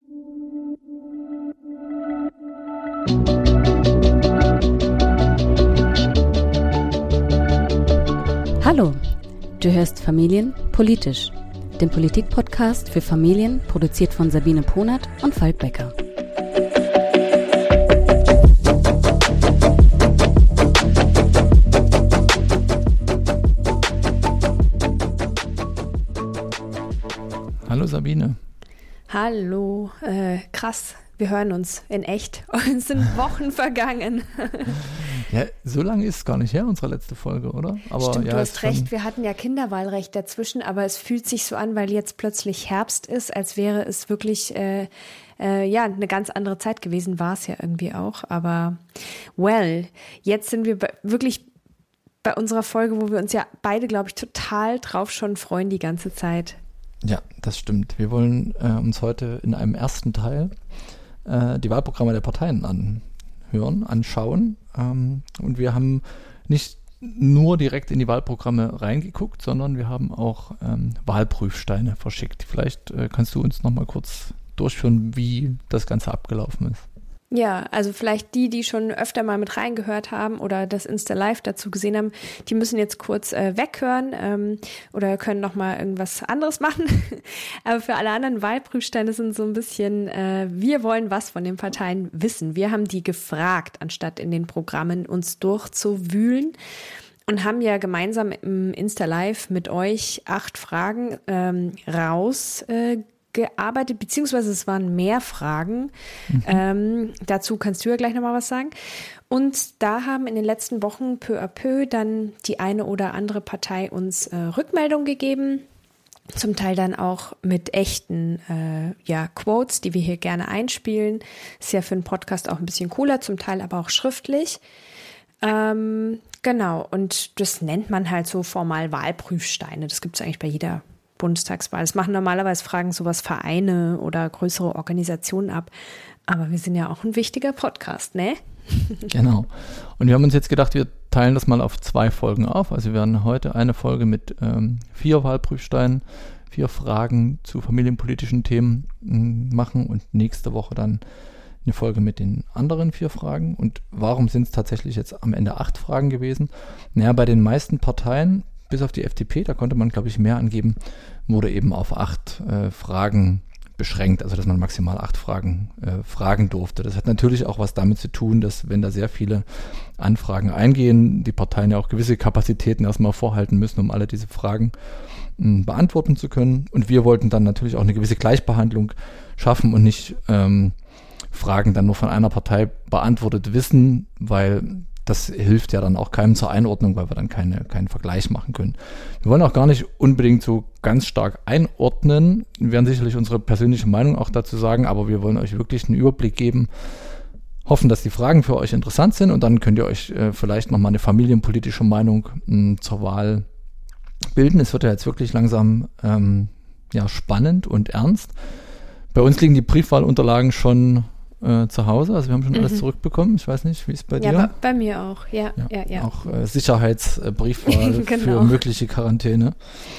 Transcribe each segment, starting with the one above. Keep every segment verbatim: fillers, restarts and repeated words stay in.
Hallo, du hörst Familien politisch, den Politik-Podcast für Familien, produziert von Sabine Ponert und Falk Becker. Hallo Sabine. Hallo, äh, krass, wir hören uns in echt. Es sind Wochen vergangen. Ja, so lange ist es gar nicht her, unsere letzte Folge, oder? Aber Stimmt, ja, du hast recht, schon... wir hatten ja Kinderwahlrecht dazwischen, aber es fühlt sich so an, weil jetzt plötzlich Herbst ist, als wäre es wirklich äh, äh, ja, eine ganz andere Zeit gewesen, war es ja irgendwie auch. Aber well, jetzt sind wir bei, wirklich bei unserer Folge, wo wir uns ja beide, glaube ich, total drauf schon freuen die ganze Zeit. Ja, das stimmt. Wir wollen äh, uns heute in einem ersten Teil äh, die Wahlprogramme der Parteien anhören, anschauen. Ähm, und wir haben nicht nur direkt in die Wahlprogramme reingeguckt, sondern wir haben auch ähm, Wahlprüfsteine verschickt. Vielleicht äh, kannst du uns noch mal kurz durchführen, wie das Ganze abgelaufen ist. Ja, also vielleicht die, die schon öfter mal mit reingehört haben oder das Insta-Live dazu gesehen haben, die müssen jetzt kurz äh, weghören ähm, oder können noch mal irgendwas anderes machen. Aber für alle anderen Wahlprüfsteine sind so ein bisschen, äh, wir wollen was von den Parteien wissen. Wir haben die gefragt, anstatt in den Programmen uns durchzuwühlen. Und haben ja gemeinsam im Insta-Live mit euch acht Fragen ähm, raus äh, gearbeitet, beziehungsweise es waren mehr Fragen. Mhm. Ähm, dazu kannst du ja gleich nochmal was sagen. Und da haben in den letzten Wochen peu à peu dann die eine oder andere Partei uns äh, Rückmeldung gegeben, zum Teil dann auch mit echten äh, ja, Quotes, die wir hier gerne einspielen. Ist ja für einen Podcast auch ein bisschen cooler, zum Teil aber auch schriftlich. Ähm, genau, und das nennt man halt so formal Wahlprüfsteine. Das gibt es eigentlich bei jeder Bundestagswahl. Das machen normalerweise Fragen sowas Vereine oder größere Organisationen ab. Aber wir sind ja auch ein wichtiger Podcast, ne? Genau. Und wir haben uns jetzt gedacht, wir teilen das mal auf zwei Folgen auf. Also wir werden heute eine Folge mit ähm, vier Wahlprüfsteinen, vier Fragen zu familienpolitischen Themen m, machen und nächste Woche dann eine Folge mit den anderen vier Fragen. Und warum sind es tatsächlich jetzt am Ende acht Fragen gewesen? Naja, bei den meisten Parteien, bis auf die F D P, da konnte man, glaube ich, mehr angeben, wurde eben auf acht äh, Fragen beschränkt, also dass man maximal acht Fragen äh, fragen durfte. Das hat natürlich auch was damit zu tun, dass wenn da sehr viele Anfragen eingehen, die Parteien ja auch gewisse Kapazitäten erstmal vorhalten müssen, um alle diese Fragen mh, beantworten zu können. Und wir wollten dann natürlich auch eine gewisse Gleichbehandlung schaffen und nicht ähm, Fragen dann nur von einer Partei beantwortet wissen, weil das hilft ja dann auch keinem zur Einordnung, weil wir dann keine, keinen Vergleich machen können. Wir wollen auch gar nicht unbedingt so ganz stark einordnen. Wir werden sicherlich unsere persönliche Meinung auch dazu sagen, aber wir wollen euch wirklich einen Überblick geben, hoffen, dass die Fragen für euch interessant sind und dann könnt ihr euch äh, vielleicht nochmal eine familienpolitische Meinung mh, zur Wahl bilden. Es wird ja jetzt wirklich langsam ähm, ja, spannend und ernst. Bei uns liegen die Briefwahlunterlagen schon Äh, zu Hause, also wir haben schon mhm. alles zurückbekommen. Ich weiß nicht, wie es bei ja, dir? Ja, bei, bei mir auch, ja. ja, ja, ja. Auch äh, Sicherheitsbriefwahl genau. für mögliche Quarantäne.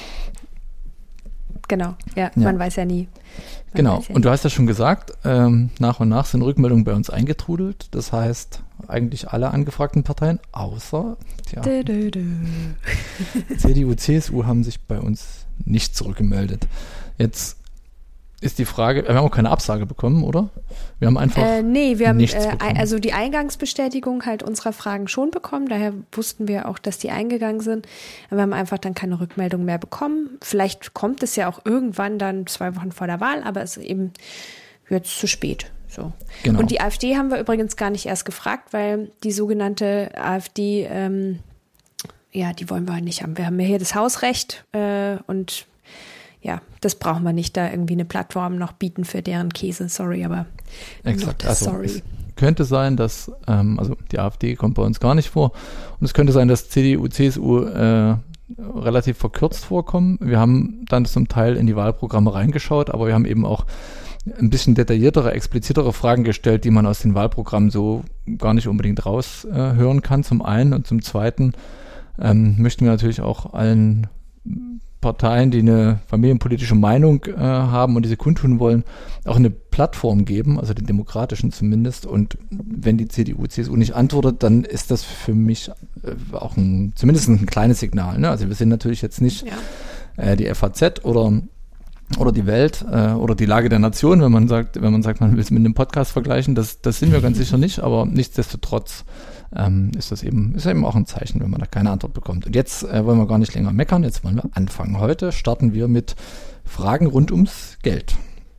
Genau, ja, ja. man weiß ja nie. Man genau, ja und nie. Du hast ja schon gesagt, ähm, nach und nach sind Rückmeldungen bei uns eingetrudelt. Das heißt, eigentlich alle angefragten Parteien, außer tja, dö, dö, dö. C D U, C S U haben sich bei uns nicht zurückgemeldet. Jetzt ist die Frage, wir haben auch keine Absage bekommen, oder? Wir haben einfach äh, nee, wir haben nichts äh, bekommen. Also die Eingangsbestätigung halt unserer Fragen schon bekommen, daher wussten wir auch, dass die eingegangen sind. Aber wir haben einfach dann keine Rückmeldung mehr bekommen. Vielleicht kommt es ja auch irgendwann dann zwei Wochen vor der Wahl, aber es ist eben jetzt zu spät. So. Genau. Und die AfD haben wir übrigens gar nicht erst gefragt, weil die sogenannte AfD, ähm, ja, die wollen wir halt nicht haben. Wir haben ja hier das Hausrecht äh, und ja, das brauchen wir nicht, da irgendwie eine Plattform noch bieten für deren Käse, sorry, aber exakt. Also, sorry. Es könnte sein, dass, ähm, also die AfD kommt bei uns gar nicht vor und es könnte sein, dass C D U, C S U äh, relativ verkürzt vorkommen. Wir haben dann zum Teil in die Wahlprogramme reingeschaut, aber wir haben eben auch ein bisschen detailliertere, explizitere Fragen gestellt, die man aus den Wahlprogrammen so gar nicht unbedingt raushören äh, kann, zum einen. Und zum zweiten ähm, möchten wir natürlich auch allen Parteien, die eine familienpolitische Meinung äh, haben und diese kundtun wollen, auch eine Plattform geben, also den demokratischen zumindest. Und wenn die C D U, C S U nicht antwortet, dann ist das für mich äh, auch ein, zumindest ein kleines Signal. Ne? Also wir sind natürlich jetzt nicht ja. äh, die F A Z oder oder die Welt äh, oder die Lage der Nation, wenn man sagt, wenn man sagt, man will es mit einem Podcast vergleichen, das, das sind wir ganz sicher nicht, aber nichtsdestotrotz ähm, ist das eben, ist eben auch ein Zeichen, wenn man da keine Antwort bekommt. Und jetzt äh, wollen wir gar nicht länger meckern, jetzt wollen wir anfangen. Heute starten wir mit Fragen rund ums Geld.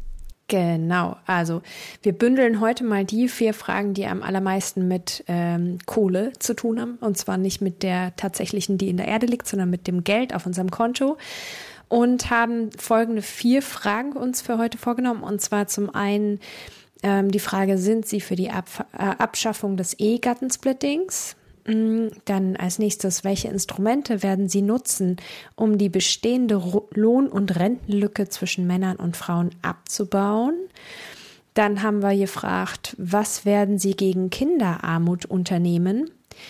Genau, also wir bündeln heute mal die vier Fragen, die am allermeisten mit ähm, Kohle zu tun haben, und zwar nicht mit der tatsächlichen, die in der Erde liegt, sondern mit dem Geld auf unserem Konto. Und haben folgende vier Fragen uns für heute vorgenommen. Und zwar zum einen ähm, die Frage, sind Sie für die Ab- äh, Abschaffung des Ehegattensplittings? Mhm. Dann als nächstes, welche Instrumente werden Sie nutzen, um die bestehende Ro- Lohn- und Rentenlücke zwischen Männern und Frauen abzubauen? Dann haben wir gefragt, was werden Sie gegen Kinderarmut unternehmen?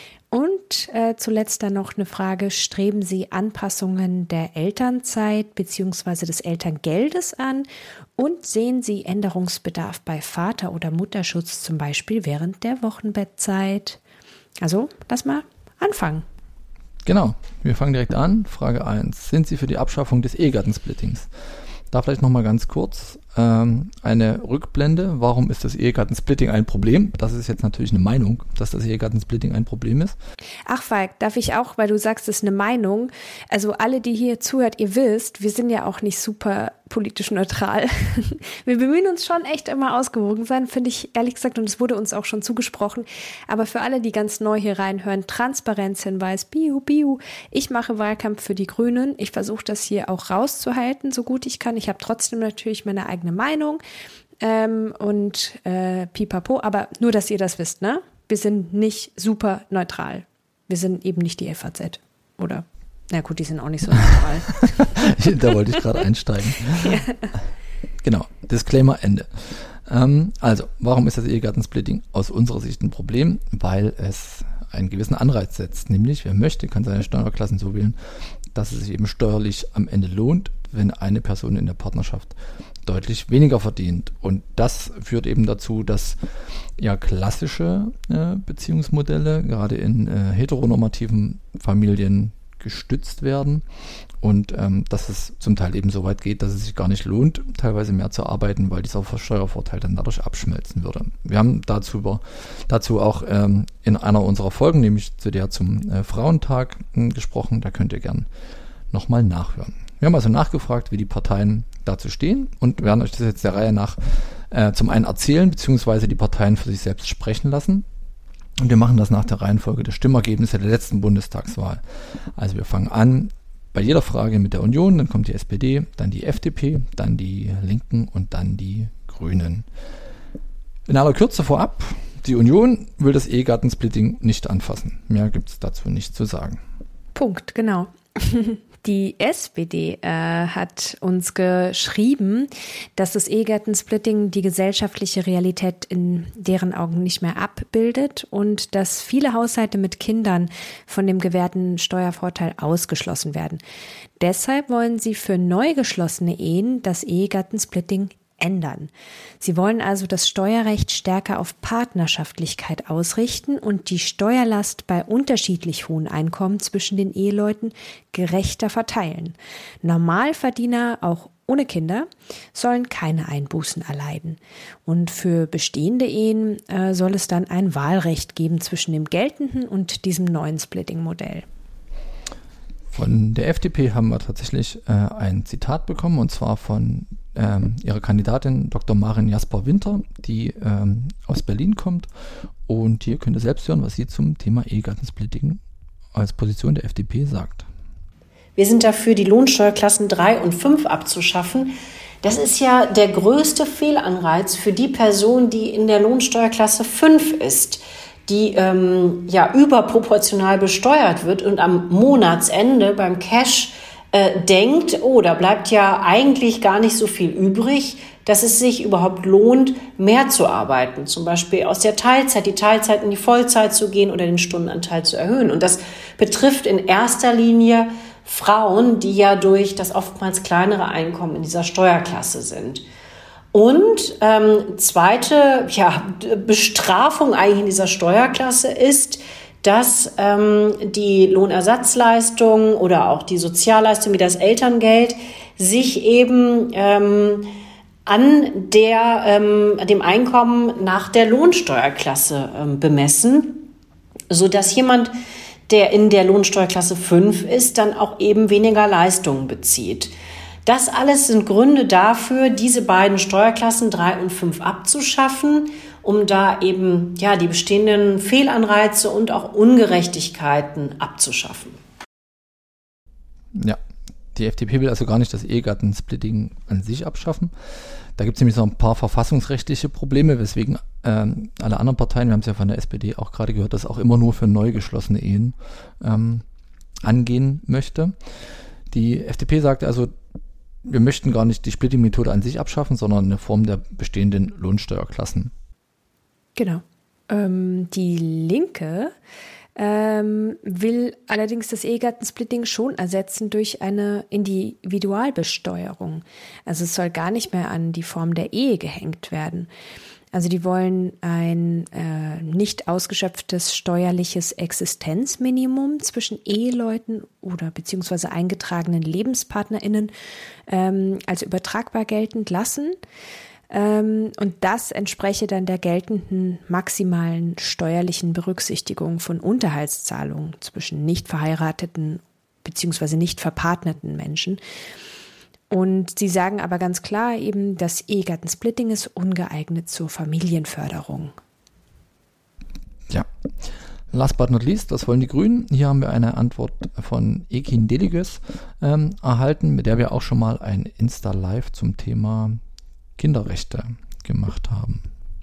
Und äh, zuletzt dann noch eine Frage, streben Sie Anpassungen der Elternzeit bzw. des Elterngeldes an und sehen Sie Änderungsbedarf bei Vater- oder Mutterschutz, zum Beispiel während der Wochenbettzeit? Also, lass mal anfangen. Genau, wir fangen direkt an. Frage eins. Sind Sie für die Abschaffung des Ehegattensplittings? Da vielleicht nochmal ganz kurz ähm, eine Rückblende. Warum ist das Ehegattensplitting ein Problem? Das ist jetzt natürlich eine Meinung, dass das Ehegattensplitting ein Problem ist. Ach Falk, darf ich auch, weil du sagst, es ist eine Meinung. Also alle, die hier zuhört, ihr wisst, wir sind ja auch nicht super politisch neutral. Wir bemühen uns schon echt immer ausgewogen sein, finde ich ehrlich gesagt, und es wurde uns auch schon zugesprochen. Aber für alle, die ganz neu hier reinhören, Transparenzhinweis, biu, biu. Ich mache Wahlkampf für die Grünen. Ich versuche das hier auch rauszuhalten, so gut ich kann. Ich habe trotzdem natürlich meine eigene Meinung ähm, und äh, pipapo, aber nur, dass ihr das wisst, ne? Wir sind nicht super neutral. Wir sind eben nicht die F A Z, oder? Na gut, die sind auch nicht so neutral. Da wollte ich gerade einsteigen. Ja. Genau, Disclaimer, Ende. Ähm, also, warum ist das Ehegattensplitting aus unserer Sicht ein Problem? Weil es einen gewissen Anreiz setzt, nämlich wer möchte, kann seine Steuerklassen so wählen, dass es sich eben steuerlich am Ende lohnt, wenn eine Person in der Partnerschaft deutlich weniger verdient. Und das führt eben dazu, dass ja klassische äh, Beziehungsmodelle gerade in äh, heteronormativen Familien gestützt werden und ähm, dass es zum Teil eben so weit geht, dass es sich gar nicht lohnt, teilweise mehr zu arbeiten, weil dieser Steuervorteil dann dadurch abschmelzen würde. Wir haben dazu, über, dazu auch ähm, in einer unserer Folgen, nämlich zu der zum äh, Frauentag äh, gesprochen, da könnt ihr gern nochmal nachhören. Wir haben also nachgefragt, wie die Parteien dazu stehen und werden euch das jetzt der Reihe nach äh, zum einen erzählen, beziehungsweise die Parteien für sich selbst sprechen lassen. Und wir machen das nach der Reihenfolge der Stimmergebnisse der letzten Bundestagswahl. Also wir fangen an bei jeder Frage mit der Union, dann kommt die S P D, dann die F D P, dann die Linken und dann die Grünen. In aller Kürze vorab, die Union will das Ehegattensplitting nicht anfassen. Mehr gibt es dazu nicht zu sagen. Punkt, genau. Die S P D äh, hat uns geschrieben, dass das Ehegattensplitting die gesellschaftliche Realität in deren Augen nicht mehr abbildet und dass viele Haushalte mit Kindern von dem gewährten Steuervorteil ausgeschlossen werden. Deshalb wollen sie für neu geschlossene Ehen das Ehegattensplitting ändern. Sie wollen also das Steuerrecht stärker auf Partnerschaftlichkeit ausrichten und die Steuerlast bei unterschiedlich hohen Einkommen zwischen den Eheleuten gerechter verteilen. Normalverdiener, auch ohne Kinder, sollen keine Einbußen erleiden. Und für bestehende Ehen äh, soll es dann ein Wahlrecht geben zwischen dem geltenden und diesem neuen Splitting-Modell. Von der F D P haben wir tatsächlich äh, ein Zitat bekommen, und zwar von ähm, ihrer Kandidatin Doktor Maren Jasper-Winter, die ähm, aus Berlin kommt. Und hier könnt ihr selbst hören, was sie zum Thema Ehegattensplitting als Position der F D P sagt. Wir sind dafür, die Lohnsteuerklassen drei und fünf abzuschaffen. Das ist ja der größte Fehlanreiz für die Person, die in der Lohnsteuerklasse fünf ist, die ähm, ja überproportional besteuert wird und am Monatsende beim Cash äh, denkt, oh, da bleibt ja eigentlich gar nicht so viel übrig, dass es sich überhaupt lohnt, mehr zu arbeiten. Zum Beispiel aus der Teilzeit, die Teilzeit in die Vollzeit zu gehen oder den Stundenanteil zu erhöhen. Und das betrifft in erster Linie Frauen, die ja durch das oftmals kleinere Einkommen in dieser Steuerklasse sind. Und ähm, zweite ja, Bestrafung eigentlich in dieser Steuerklasse ist, dass ähm, die Lohnersatzleistung oder auch die Sozialleistung wie das Elterngeld sich eben ähm, an der, ähm, dem Einkommen nach der Lohnsteuerklasse ähm, bemessen, sodass jemand, der in der Lohnsteuerklasse fünf ist, dann auch eben weniger Leistungen bezieht. Das alles sind Gründe dafür, diese beiden Steuerklassen drei und fünf abzuschaffen, um da eben ja die bestehenden Fehlanreize und auch Ungerechtigkeiten abzuschaffen. Ja, die F D P will also gar nicht das Ehegattensplitting an sich abschaffen. Da gibt es nämlich noch ein paar verfassungsrechtliche Probleme, weswegen ähm, alle anderen Parteien, wir haben es ja von der S P D auch gerade gehört, das auch immer nur für neu geschlossene Ehen ähm, angehen möchte. Die F D P sagt also, wir möchten gar nicht die Splitting-Methode an sich abschaffen, sondern eine Form der bestehenden Lohnsteuerklassen. Genau. Ähm, die Linke ähm, will allerdings das Ehegattensplitting schon ersetzen durch eine Individualbesteuerung. Also es soll gar nicht mehr an die Form der Ehe gehängt werden. Also die wollen ein äh, nicht ausgeschöpftes steuerliches Existenzminimum zwischen Eheleuten oder beziehungsweise eingetragenen LebenspartnerInnen ähm, als übertragbar geltend lassen. Ähm, und das entspreche dann der geltenden maximalen steuerlichen Berücksichtigung von Unterhaltszahlungen zwischen nicht verheirateten beziehungsweise nicht verpartnerten Menschen. Und sie sagen aber ganz klar eben, das Ehegattensplitting ist ungeeignet zur Familienförderung. Ja, last but not least, was wollen die Grünen? Hier haben wir eine Antwort von Ekin Deliges ähm, erhalten, mit der wir auch schon mal ein Insta-Live zum Thema Kinderrechte gemacht haben.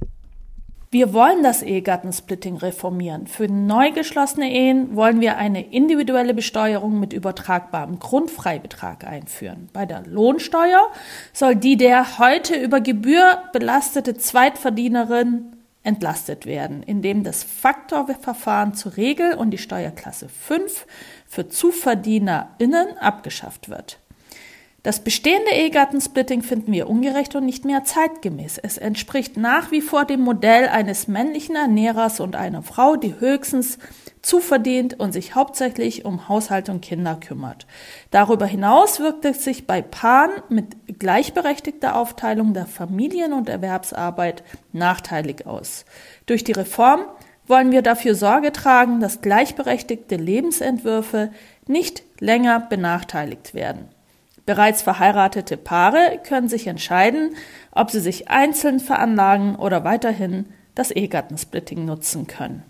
Wir wollen das Ehegattensplitting reformieren. Für neu geschlossene Ehen wollen wir eine individuelle Besteuerung mit übertragbarem Grundfreibetrag einführen. Bei der Lohnsteuer soll die der heute über Gebühr belastete Zweitverdienerin entlastet werden, indem das Faktorverfahren zur Regel und die Steuerklasse fünf für ZuverdienerInnen abgeschafft wird. Das bestehende Ehegattensplitting finden wir ungerecht und nicht mehr zeitgemäß. Es entspricht nach wie vor dem Modell eines männlichen Ernährers und einer Frau, die höchstens zuverdient und sich hauptsächlich um Haushalt und Kinder kümmert. Darüber hinaus wirkt es sich bei Paaren mit gleichberechtigter Aufteilung der Familien- und Erwerbsarbeit nachteilig aus. Durch die Reform wollen wir dafür Sorge tragen, dass gleichberechtigte Lebensentwürfe nicht länger benachteiligt werden. Bereits verheiratete Paare können sich entscheiden, ob sie sich einzeln veranlagen oder weiterhin das Ehegattensplitting nutzen können.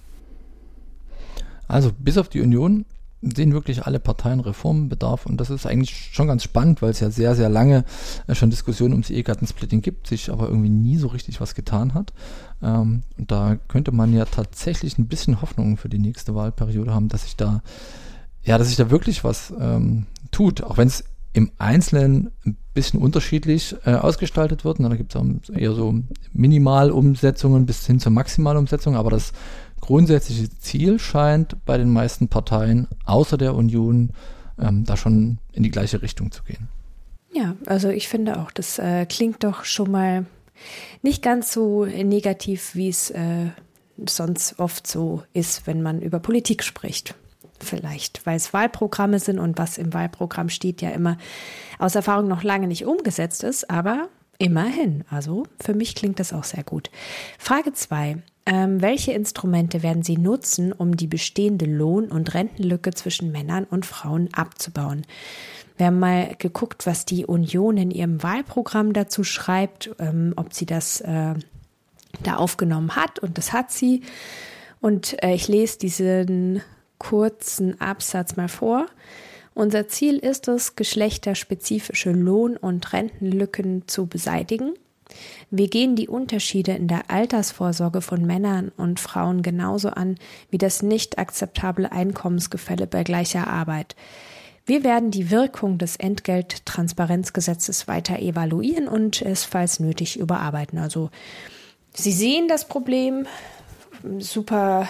Also bis auf die Union sehen wirklich alle Parteien Reformbedarf und das ist eigentlich schon ganz spannend, weil es ja sehr, sehr lange schon Diskussionen ums Ehegattensplitting gibt, sich aber irgendwie nie so richtig was getan hat. Ähm, und da könnte man ja tatsächlich ein bisschen Hoffnung für die nächste Wahlperiode haben, dass sich da, ja, dass sich da wirklich was ähm, tut, auch wenn es im Einzelnen ein bisschen unterschiedlich äh, ausgestaltet wird. Und da gibt es eher so Minimalumsetzungen bis hin zur Maximalumsetzung, aber das grundsätzliche Ziel scheint bei den meisten Parteien außer der Union ähm, da schon in die gleiche Richtung zu gehen. Ja, also ich finde auch, das äh, klingt doch schon mal nicht ganz so negativ, wie es äh, sonst oft so ist, wenn man über Politik spricht. Vielleicht, weil es Wahlprogramme sind und was im Wahlprogramm steht, ja immer aus Erfahrung noch lange nicht umgesetzt ist, aber immerhin. Also für mich klingt das auch sehr gut. Frage zwei. Ähm, welche Instrumente werden Sie nutzen, um die bestehende Lohn- und Rentenlücke zwischen Männern und Frauen abzubauen? Wir haben mal geguckt, was die Union in ihrem Wahlprogramm dazu schreibt, ähm, ob sie das äh, da aufgenommen hat, und das hat sie. Und äh, ich lese diesen kurzen Absatz mal vor. Unser Ziel ist es, geschlechterspezifische Lohn- und Rentenlücken zu beseitigen. Wir gehen die Unterschiede in der Altersvorsorge von Männern und Frauen genauso an wie das nicht akzeptable Einkommensgefälle bei gleicher Arbeit. Wir werden die Wirkung des Entgelttransparenzgesetzes weiter evaluieren und es, falls nötig, überarbeiten. Also Sie sehen das Problem, super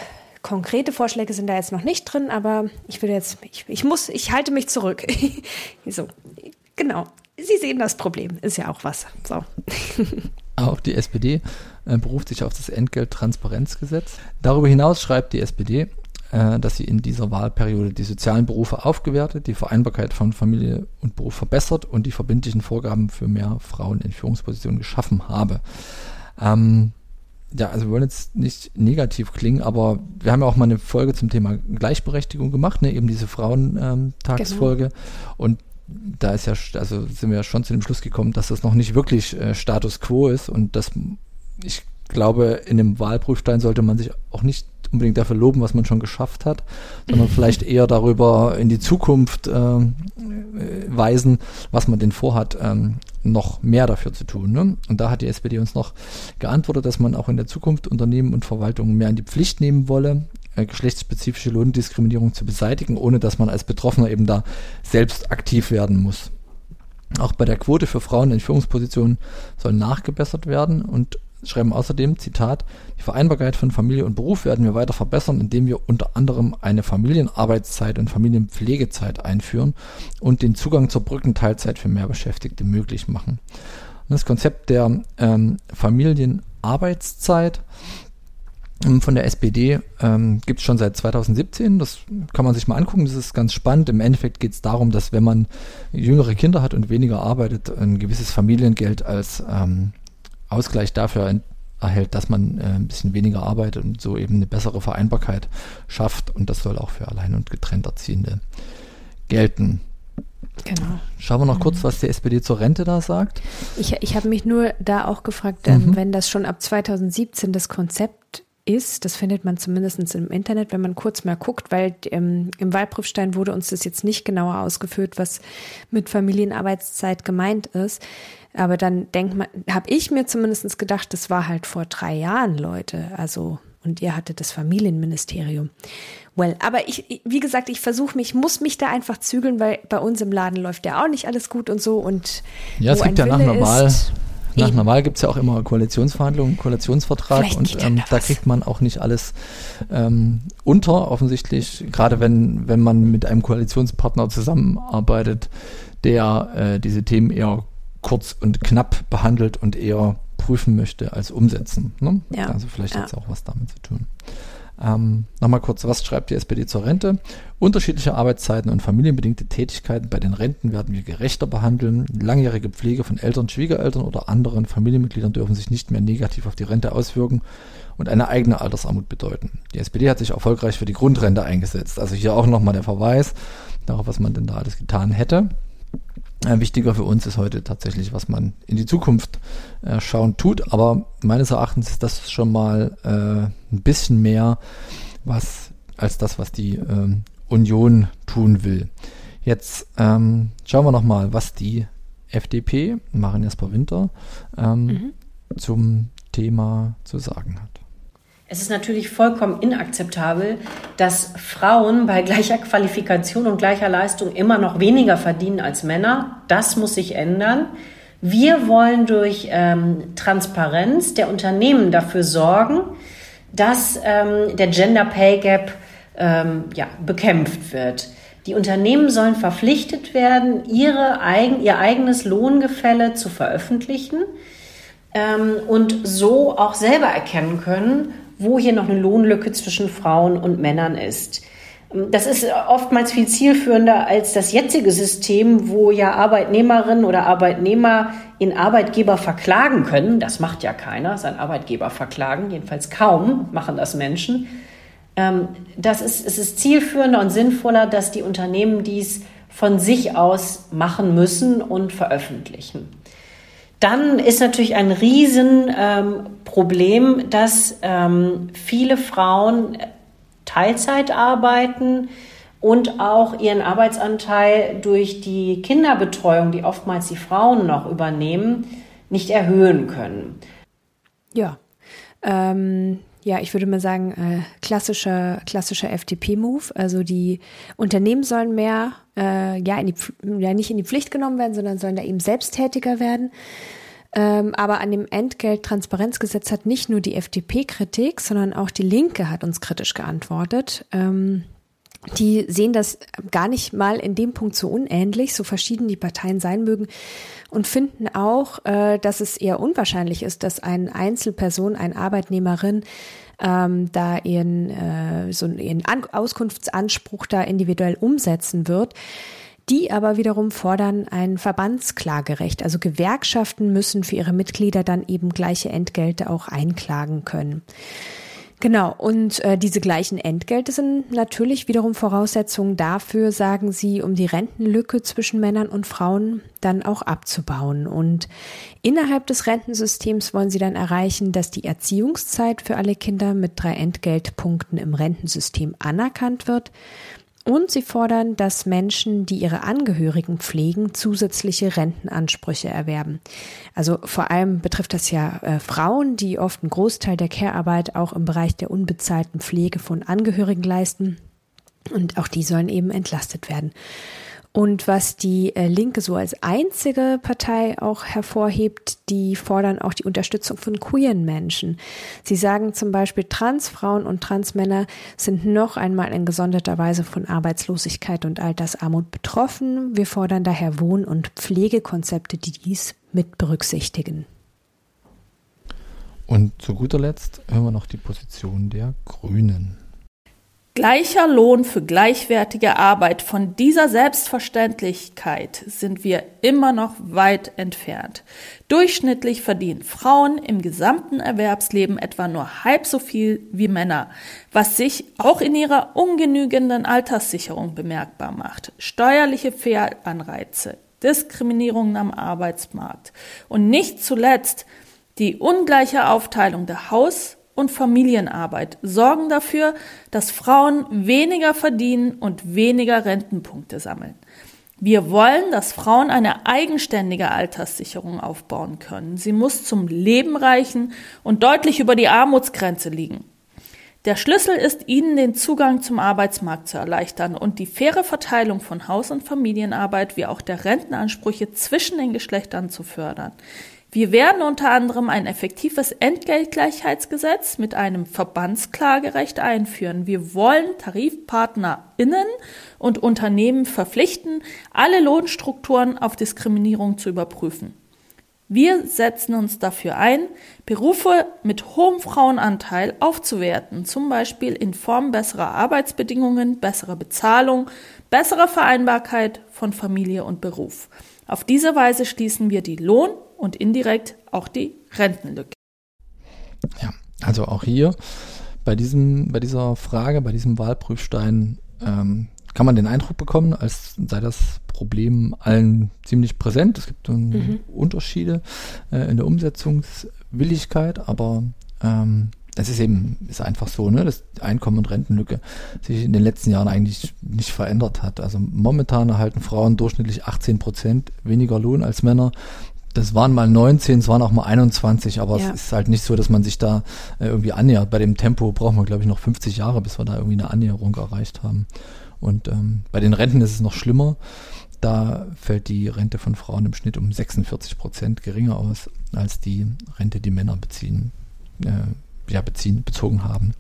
konkrete Vorschläge sind da jetzt noch nicht drin, aber ich würde jetzt, ich, ich muss, ich halte mich zurück. So, genau. Sie sehen das Problem, ist ja auch was. So. Auch die S P D äh, beruft sich auf das Entgelttransparenzgesetz. Darüber hinaus schreibt die S P D, äh, dass sie in dieser Wahlperiode die sozialen Berufe aufgewertet, die Vereinbarkeit von Familie und Beruf verbessert und die verbindlichen Vorgaben für mehr Frauen in Führungspositionen geschaffen habe. Ähm, ja, also wir wollen jetzt nicht negativ klingen, aber wir haben ja auch mal eine Folge zum Thema Gleichberechtigung gemacht, ne? Eben diese Frauentagsfolge. Genau. Und da ist ja, also sind wir ja schon zu dem Schluss gekommen, dass das noch nicht wirklich äh, Status quo ist und dass ich glaube, in einem Wahlprüfstein sollte man sich auch nicht unbedingt dafür loben, was man schon geschafft hat, sondern vielleicht eher darüber in die Zukunft äh, weisen, was man denn vorhat, ähm, noch mehr dafür zu tun. Ne? Und da hat die S P D uns noch geantwortet, dass man auch in der Zukunft Unternehmen und Verwaltungen mehr in die Pflicht nehmen wolle, äh, geschlechtsspezifische Lohndiskriminierung zu beseitigen, ohne dass man als Betroffener eben da selbst aktiv werden muss. Auch bei der Quote für Frauen in Führungspositionen soll nachgebessert werden und schreiben außerdem, Zitat, die Vereinbarkeit von Familie und Beruf werden wir weiter verbessern, indem wir unter anderem eine Familienarbeitszeit und Familienpflegezeit einführen und den Zugang zur Brückenteilzeit für Mehrbeschäftigte möglich machen. Und das Konzept der ähm, Familienarbeitszeit ähm, von der S P D ähm, gibt es schon seit zweitausendsiebzehn. Das kann man sich mal angucken, das ist ganz spannend. Im Endeffekt geht es darum, dass wenn man jüngere Kinder hat und weniger arbeitet, ein gewisses Familiengeld als ähm, Ausgleich dafür erhält, dass man äh, ein bisschen weniger arbeitet und so eben eine bessere Vereinbarkeit schafft. Und das soll auch für Allein- und Getrennterziehende gelten. Genau. Schauen wir noch mhm. kurz, was die S P D zur Rente da sagt. Ich, ich habe mich nur da auch gefragt, ähm, mhm. wenn das schon ab zweitausendsiebzehn das Konzept ist, das findet man zumindest im Internet, wenn man kurz mal guckt, weil ähm, im Wahlprüfstein wurde uns das jetzt nicht genauer ausgeführt, was mit Familienarbeitszeit gemeint ist. Aber dann denkt man, habe ich mir zumindest gedacht, das war halt vor drei Jahren, Leute. Also, und ihr hattet das Familienministerium. Well, aber ich, wie gesagt, ich versuche mich, muss mich da einfach zügeln, weil bei uns im Laden läuft ja auch nicht alles gut und so. Und ja, es gibt ja nach einer Wahl, nach einer Wahl gibt es ja auch immer Koalitionsverhandlungen, Koalitionsvertrag und ähm, da kriegt man auch nicht alles ähm, unter, offensichtlich. Gerade wenn, wenn man mit einem Koalitionspartner zusammenarbeitet, der äh, diese Themen eher kurz und knapp behandelt und eher prüfen möchte als umsetzen. Ne? Ja. Also vielleicht hat es ja. auch was damit zu tun. Ähm, Nochmal kurz, was schreibt die S P D zur Rente? Unterschiedliche Arbeitszeiten und familienbedingte Tätigkeiten bei den Renten werden wir gerechter behandeln. Langjährige Pflege von Eltern, Schwiegereltern oder anderen Familienmitgliedern dürfen sich nicht mehr negativ auf die Rente auswirken und eine eigene Altersarmut bedeuten. Die S P D hat sich erfolgreich für die Grundrente eingesetzt. Also hier auch nochmal der Verweis darauf, was man denn da alles getan hätte. Äh, wichtiger für uns ist heute tatsächlich, was man in die Zukunft äh, schauen tut, aber meines Erachtens ist das schon mal äh, ein bisschen mehr was als das, was die äh, Union tun will. Jetzt ähm, schauen wir nochmal, was die F D P, Maren Jesper-Winter, ähm, mhm. zum Thema zu sagen hat. Es ist natürlich vollkommen inakzeptabel, dass Frauen bei gleicher Qualifikation und gleicher Leistung immer noch weniger verdienen als Männer. Das muss sich ändern. Wir wollen durch ähm, Transparenz der Unternehmen dafür sorgen, dass ähm, der Gender Pay Gap ähm, ja, bekämpft wird. Die Unternehmen sollen verpflichtet werden, ihre eigen, ihr eigenes Lohngefälle zu veröffentlichen ähm, und so auch selber erkennen können, wo hier noch eine Lohnlücke zwischen Frauen und Männern ist. Das ist oftmals viel zielführender als das jetzige System, wo ja Arbeitnehmerinnen oder Arbeitnehmer ihren Arbeitgeber verklagen können. Das macht ja keiner, seinen Arbeitgeber verklagen, jedenfalls kaum machen das Menschen. Das ist, es ist zielführender und sinnvoller, dass die Unternehmen dies von sich aus machen müssen und veröffentlichen. Dann ist natürlich ein Riesenproblem, ähm, dass ähm, viele Frauen Teilzeit arbeiten und auch ihren Arbeitsanteil durch die Kinderbetreuung, die oftmals die Frauen noch übernehmen, nicht erhöhen können. Ja, ähm, ja, ich würde mal sagen, äh, klassischer, klassischer F D P-Move. Also die Unternehmen sollen mehr, äh, ja, in die, ja, nicht in die Pflicht genommen werden, sondern sollen da eben selbsttätiger werden. Ähm, aber an dem Entgelttransparenzgesetz hat nicht nur die F D P Kritik, sondern auch die Linke hat uns kritisch geantwortet. Ähm, die sehen das gar nicht mal in dem Punkt so unähnlich, so verschieden die Parteien sein mögen, und finden auch, äh, dass es eher unwahrscheinlich ist, dass eine Einzelperson, eine Arbeitnehmerin, ähm, da ihren, äh, so ihren An- Auskunftsanspruch da individuell umsetzen wird. Die aber wiederum fordern ein Verbandsklagerecht. Also Gewerkschaften müssen für ihre Mitglieder dann eben gleiche Entgelte auch einklagen können. Genau, und äh, diese gleichen Entgelte sind natürlich wiederum Voraussetzungen dafür, sagen sie, um die Rentenlücke zwischen Männern und Frauen dann auch abzubauen. Und innerhalb des Rentensystems wollen sie dann erreichen, dass die Erziehungszeit für alle Kinder mit drei Entgeltpunkten im Rentensystem anerkannt wird. Und sie fordern, dass Menschen, die ihre Angehörigen pflegen, zusätzliche Rentenansprüche erwerben. Also vor allem betrifft das ja äh, Frauen, die oft einen Großteil der Care-Arbeit auch im Bereich der unbezahlten Pflege von Angehörigen leisten. Und auch die sollen eben entlastet werden. Und was die äh, Linke so als einzige Partei auch hervorhebt, die fordern auch die Unterstützung von queeren Menschen. Sie sagen zum Beispiel, Transfrauen und Transmänner sind noch einmal in gesonderter Weise von Arbeitslosigkeit und Altersarmut betroffen. Wir fordern daher Wohn- und Pflegekonzepte, die dies mit berücksichtigen. Und zu guter Letzt hören wir noch die Position der Grünen. Gleicher Lohn für gleichwertige Arbeit. Von dieser Selbstverständlichkeit sind wir immer noch weit entfernt. Durchschnittlich verdienen Frauen im gesamten Erwerbsleben etwa nur halb so viel wie Männer, was sich auch in ihrer ungenügenden Alterssicherung bemerkbar macht. Steuerliche Fehlanreize, Diskriminierungen am Arbeitsmarkt und nicht zuletzt die ungleiche Aufteilung der Haus- und Familienarbeit sorgen dafür, dass Frauen weniger verdienen und weniger Rentenpunkte sammeln. Wir wollen, dass Frauen eine eigenständige Alterssicherung aufbauen können. Sie muss zum Leben reichen und deutlich über die Armutsgrenze liegen. Der Schlüssel ist, ihnen den Zugang zum Arbeitsmarkt zu erleichtern und die faire Verteilung von Haus- und Familienarbeit wie auch der Rentenansprüche zwischen den Geschlechtern zu fördern. Wir werden unter anderem ein effektives Entgeltgleichheitsgesetz mit einem Verbandsklagerecht einführen. Wir wollen TarifpartnerInnen und Unternehmen verpflichten, alle Lohnstrukturen auf Diskriminierung zu überprüfen. Wir setzen uns dafür ein, Berufe mit hohem Frauenanteil aufzuwerten, zum Beispiel in Form besserer Arbeitsbedingungen, besserer Bezahlung, besserer Vereinbarkeit von Familie und Beruf. Auf diese Weise schließen wir die Lohn- und indirekt auch die Rentenlücke. Ja, also auch hier bei diesem, bei dieser Frage, bei diesem Wahlprüfstein ähm, kann man den Eindruck bekommen, als sei das Problem allen ziemlich präsent. Es gibt ähm, mhm. Unterschiede äh, in der Umsetzungswilligkeit, aber ähm, es ist eben ist einfach so, ne, dass die Einkommen- und Rentenlücke sich in den letzten Jahren eigentlich nicht verändert hat. Also momentan erhalten Frauen durchschnittlich achtzehn Prozent weniger Lohn als Männer. Das waren mal neunzehn, es waren auch mal einundzwanzig, aber ja. Es ist halt nicht so, dass man sich da äh, irgendwie annähert. Bei dem Tempo brauchen wir, glaube ich, noch fünfzig Jahre, bis wir da irgendwie eine Annäherung erreicht haben. Und ähm, bei den Renten ist es noch schlimmer. Da fällt die Rente von Frauen im Schnitt um sechsundvierzig Prozent geringer aus, als die Rente, die Männer beziehen, äh, ja, beziehen, bezogen haben.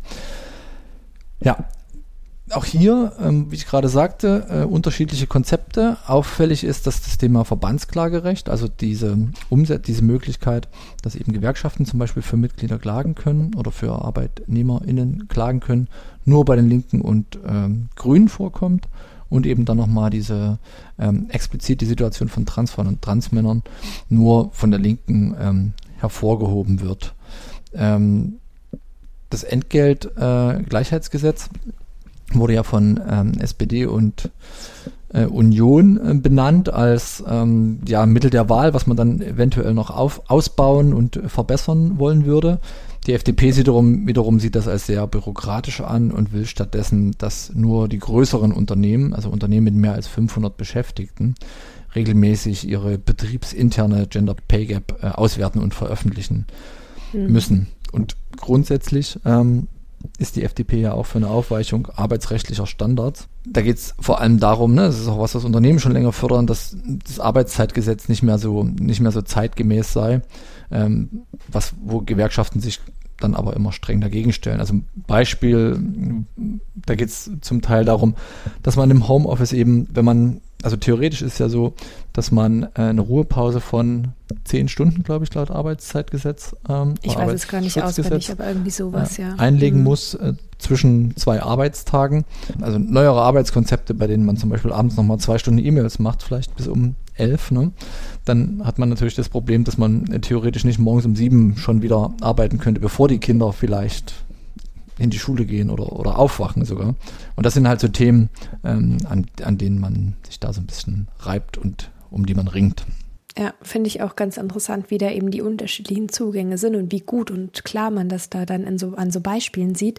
Ja, auch hier, ähm, wie ich gerade sagte, äh, unterschiedliche Konzepte. Auffällig ist, dass das Thema Verbandsklagerecht, also diese Umset- diese Möglichkeit, dass eben Gewerkschaften zum Beispiel für Mitglieder klagen können oder für ArbeitnehmerInnen klagen können, nur bei den Linken und ähm, Grünen vorkommt. Und eben dann nochmal diese ähm, explizit die Situation von Transfrauen und Transmännern nur von der Linken ähm, hervorgehoben wird. Ähm, das Entgeltgleichheitsgesetz äh, wurde ja von ähm, S P D und äh, Union äh, benannt als ähm, ja, Mittel der Wahl, was man dann eventuell noch auf, ausbauen und äh, verbessern wollen würde. Die F D P wiederum, wiederum sieht das als sehr bürokratisch an und will stattdessen, dass nur die größeren Unternehmen, also Unternehmen mit mehr als fünfhundert Beschäftigten, regelmäßig ihre betriebsinterne Gender Pay Gap äh, auswerten und veröffentlichen mhm. müssen. Und grundsätzlich ähm, ist die F D P ja auch für eine Aufweichung arbeitsrechtlicher Standards. Da geht es vor allem darum, ne, das ist auch was, was Unternehmen schon länger fördern, dass das Arbeitszeitgesetz nicht mehr so nicht mehr so zeitgemäß sei, ähm, was wo Gewerkschaften sich dann aber immer streng dagegen stellen. Also Beispiel, da geht es zum Teil darum, dass man im Homeoffice eben, wenn man, also theoretisch ist es ja so, dass man äh, eine Ruhepause von zehn Stunden, glaube ich, laut Arbeitszeitgesetz, ähm, ich weiß es gar nicht auswendig, aber irgendwie sowas, äh, ja. einlegen mhm. muss äh, zwischen zwei Arbeitstagen. Also neuere Arbeitskonzepte, bei denen man zum Beispiel abends nochmal zwei Stunden E-Mails macht, vielleicht bis um elf, ne? Dann hat man natürlich das Problem, dass man äh, theoretisch nicht morgens um sieben schon wieder arbeiten könnte, bevor die Kinder vielleicht in die Schule gehen oder, oder aufwachen sogar. Und das sind halt so Themen, ähm, an, an denen man sich da so ein bisschen reibt und um die man ringt. Ja, finde ich auch ganz interessant, wie da eben die unterschiedlichen Zugänge sind und wie gut und klar man das da dann in so, an so Beispielen sieht.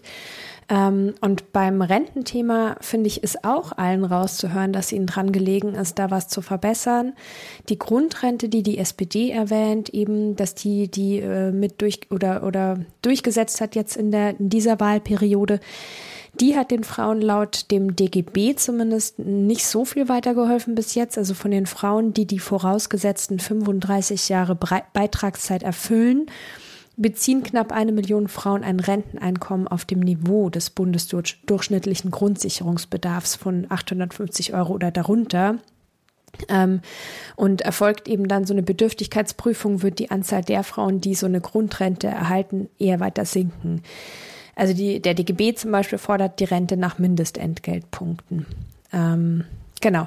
Ähm, und beim Rententhema finde ich, ist auch allen rauszuhören, dass ihnen dran gelegen ist, da was zu verbessern. Die Grundrente, die die S P D erwähnt, eben, dass die die äh, mit durch oder oder durchgesetzt hat jetzt in der in dieser Wahlperiode. Die hat den Frauen laut dem D G B zumindest nicht so viel weitergeholfen bis jetzt. Also von den Frauen, die die vorausgesetzten fünfunddreißig Jahre Beitragszeit erfüllen, beziehen knapp eine Million Frauen ein Renteneinkommen auf dem Niveau des bundesdurchschnittlichen Grundsicherungsbedarfs von achthundertfünfzig Euro oder darunter. Ähm, und erfolgt eben dann so eine Bedürftigkeitsprüfung, wird die Anzahl der Frauen, die so eine Grundrente erhalten, eher weiter sinken. Also die, der D G B zum Beispiel fordert die Rente nach Mindestentgeltpunkten. Ähm, genau.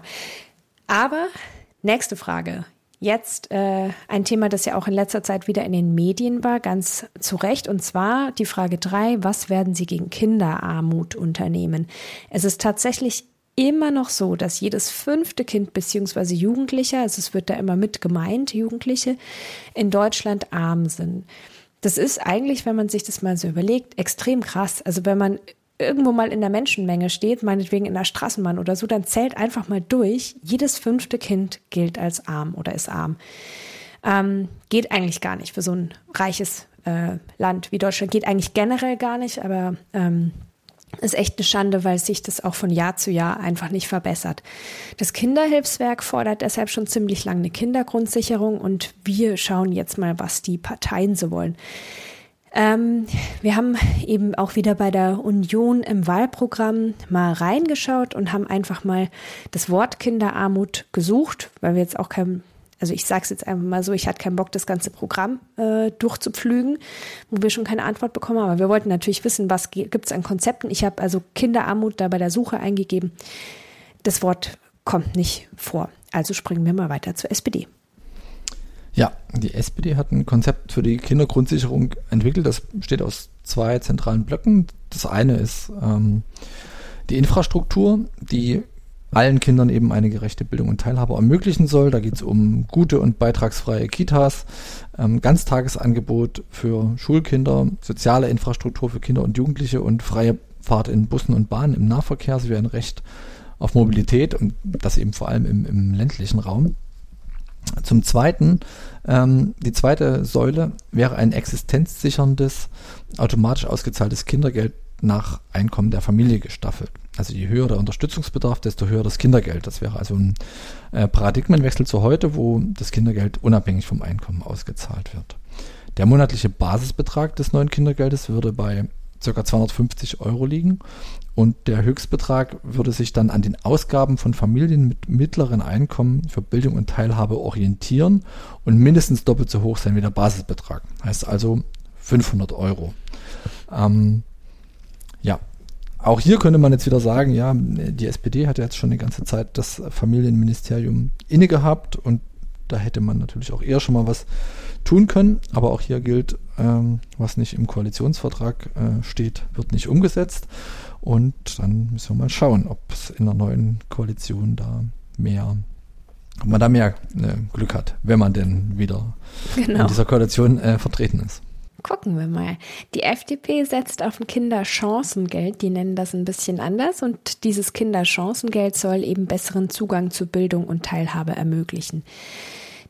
Aber nächste Frage. Jetzt äh, ein Thema, das ja auch in letzter Zeit wieder in den Medien war, ganz zu Recht. Und zwar die Frage drei, was werden Sie gegen Kinderarmut unternehmen? Es ist tatsächlich immer noch so, dass jedes fünfte Kind bzw. Jugendlicher, also es wird da immer mit gemeint, Jugendliche, in Deutschland arm sind. Das ist eigentlich, wenn man sich das mal so überlegt, extrem krass. Also wenn man irgendwo mal in der Menschenmenge steht, meinetwegen in der Straßenbahn oder so, dann zählt einfach mal durch, jedes fünfte Kind gilt als arm oder ist arm. Ähm, geht eigentlich gar nicht für so ein reiches äh, Land wie Deutschland. Geht eigentlich generell gar nicht, aber ähm, ist echt eine Schande, weil sich das auch von Jahr zu Jahr einfach nicht verbessert. Das Kinderhilfswerk fordert deshalb schon ziemlich lange eine Kindergrundsicherung und wir schauen jetzt mal, was die Parteien so wollen. Ähm, wir haben eben auch wieder bei der Union im Wahlprogramm mal reingeschaut und haben einfach mal das Wort Kinderarmut gesucht, weil wir jetzt auch kein Also ich sage es jetzt einfach mal so, ich hatte keinen Bock, das ganze Programm äh, durchzupflügen, wo wir schon keine Antwort bekommen haben. Aber wir wollten natürlich wissen, was gibt es an Konzepten. Ich habe also Kinderarmut da bei der Suche eingegeben. Das Wort kommt nicht vor. Also springen wir mal weiter zur S P D. Ja, die S P D hat ein Konzept für die Kindergrundsicherung entwickelt. Das besteht aus zwei zentralen Blöcken. Das eine ist ähm, die Infrastruktur, die allen Kindern eben eine gerechte Bildung und Teilhabe ermöglichen soll. Da geht es um gute und beitragsfreie Kitas, ähm, Ganztagesangebot für Schulkinder, soziale Infrastruktur für Kinder und Jugendliche und freie Fahrt in Bussen und Bahnen im Nahverkehr sowie ein Recht auf Mobilität und das eben vor allem im, im ländlichen Raum. Zum Zweiten, ähm, die zweite Säule wäre ein existenzsicherndes, automatisch ausgezahltes Kindergeld nach Einkommen der Familie gestaffelt. Also je höher der Unterstützungsbedarf, desto höher das Kindergeld. Das wäre also ein äh, Paradigmenwechsel zu heute, wo das Kindergeld unabhängig vom Einkommen ausgezahlt wird. Der monatliche Basisbetrag des neuen Kindergeldes würde bei ca. zweihundertfünfzig Euro liegen und der Höchstbetrag würde sich dann an den Ausgaben von Familien mit mittleren Einkommen für Bildung und Teilhabe orientieren und mindestens doppelt so hoch sein wie der Basisbetrag. Heißt also fünfhundert Euro. Ähm, ja, auch hier könnte man jetzt wieder sagen, ja, die S P D hat ja jetzt schon die ganze Zeit das Familienministerium inne gehabt und da hätte man natürlich auch eher schon mal was tun können. Aber auch hier gilt, ähm, was nicht im Koalitionsvertrag äh, steht, wird nicht umgesetzt. Und dann müssen wir mal schauen, ob es in der neuen Koalition da mehr, ob man da mehr äh, Glück hat, wenn man denn wieder genau in dieser Koalition äh, vertreten ist. Gucken wir mal. Die F D P setzt auf ein Kinderchancengeld, die nennen das ein bisschen anders und dieses Kinderchancengeld soll eben besseren Zugang zu Bildung und Teilhabe ermöglichen.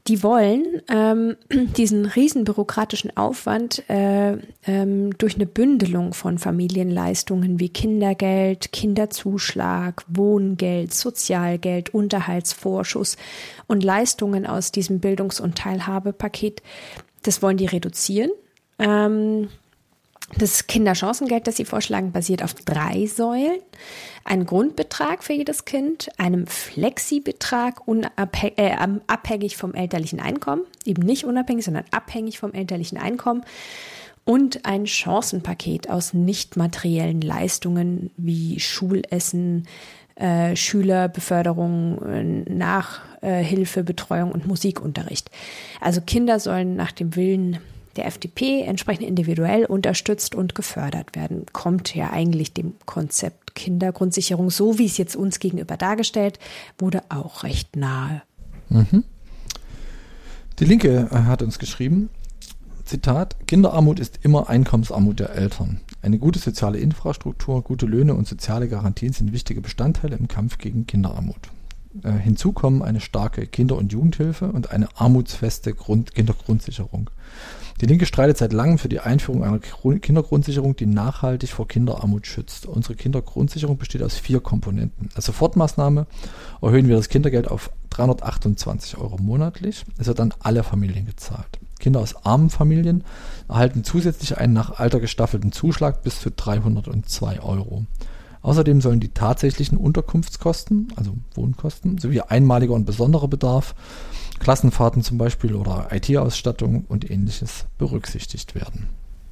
die wollen ähm, diesen riesen bürokratischen Aufwand äh, ähm, durch eine Bündelung von Familienleistungen wie Kindergeld, Kinderzuschlag, Wohngeld, Sozialgeld, Unterhaltsvorschuss und Leistungen aus diesem Bildungs- und Teilhabepaket, das wollen die reduzieren. Ähm, Das Kinderchancengeld, das sie vorschlagen, basiert auf drei Säulen. Ein Grundbetrag für jedes Kind, einem Flexibetrag unabhängig, äh, abhängig vom elterlichen Einkommen, eben nicht unabhängig, sondern abhängig vom elterlichen Einkommen und ein Chancenpaket aus nicht materiellen Leistungen wie Schulessen, äh, Schülerbeförderung, äh, Nachhilfe, Betreuung und Musikunterricht. Also Kinder sollen nach dem Willen der F D P entsprechend individuell unterstützt und gefördert werden. Kommt ja eigentlich dem Konzept Kindergrundsicherung, so wie es jetzt uns gegenüber dargestellt wurde, auch recht nahe. Mhm. Die Linke hat uns geschrieben, Zitat, Kinderarmut ist immer Einkommensarmut der Eltern. Eine gute soziale Infrastruktur, gute Löhne und soziale Garantien sind wichtige Bestandteile im Kampf gegen Kinderarmut. Äh, hinzu kommen eine starke Kinder- und Jugendhilfe und eine armutsfeste Grund- Kindergrundsicherung. Die Linke streitet seit langem für die Einführung einer Kindergrundsicherung, die nachhaltig vor Kinderarmut schützt. Unsere Kindergrundsicherung besteht aus vier Komponenten. Als Sofortmaßnahme erhöhen wir das Kindergeld auf dreihundertachtundzwanzig Euro monatlich. Es wird an alle Familien gezahlt. Kinder aus armen Familien erhalten zusätzlich einen nach Alter gestaffelten Zuschlag bis zu dreihundertzwei Euro. Außerdem sollen die tatsächlichen Unterkunftskosten, also Wohnkosten, sowie einmaliger und besonderer Bedarf, Klassenfahrten zum Beispiel oder I T-Ausstattung und ähnliches berücksichtigt werden.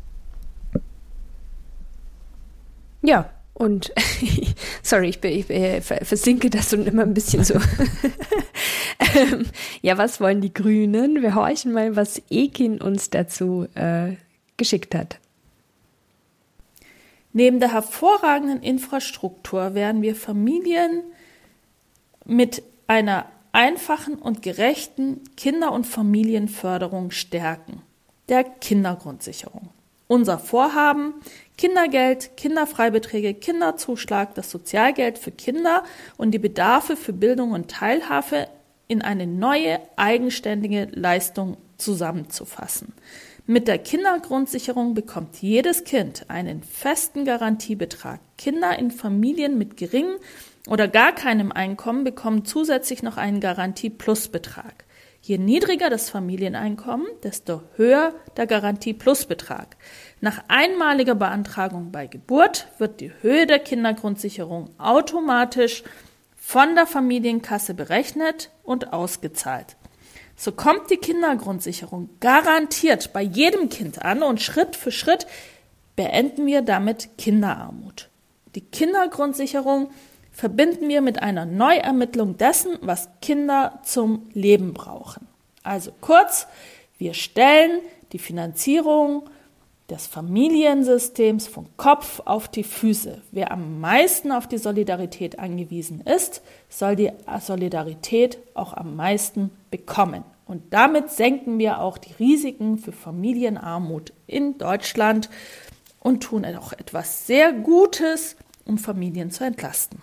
Ja, und sorry, ich, bin, ich bin, versinke das und immer ein bisschen so. ähm, ja, was wollen die Grünen? Wir horchen mal, was Ekin uns dazu äh, geschickt hat. Neben der hervorragenden Infrastruktur werden wir Familien mit einer einfachen und gerechten Kinder- und Familienförderung stärken. Der Kindergrundsicherung. Unser Vorhaben: Kindergeld, Kinderfreibeträge, Kinderzuschlag, das Sozialgeld für Kinder und die Bedarfe für Bildung und Teilhabe in eine neue, eigenständige Leistung zusammenzufassen. Mit der Kindergrundsicherung bekommt jedes Kind einen festen Garantiebetrag. Kinder in Familien mit geringem oder gar keinem Einkommen bekommen zusätzlich noch einen Garantie-Plus-Betrag. Je niedriger das Familieneinkommen, desto höher der Garantie-Plus-Betrag. Nach einmaliger Beantragung bei Geburt wird die Höhe der Kindergrundsicherung automatisch von der Familienkasse berechnet und ausgezahlt. So kommt die Kindergrundsicherung garantiert bei jedem Kind an und Schritt für Schritt beenden wir damit Kinderarmut. Die Kindergrundsicherung verbinden wir mit einer Neuermittlung dessen, was Kinder zum Leben brauchen. Also kurz, wir stellen die Finanzierung des Familiensystems vom Kopf auf die Füße. Wer am meisten auf die Solidarität angewiesen ist, soll die Solidarität auch am meisten bekommen. Und damit senken wir auch die Risiken für Familienarmut in Deutschland und tun auch etwas sehr Gutes, um Familien zu entlasten.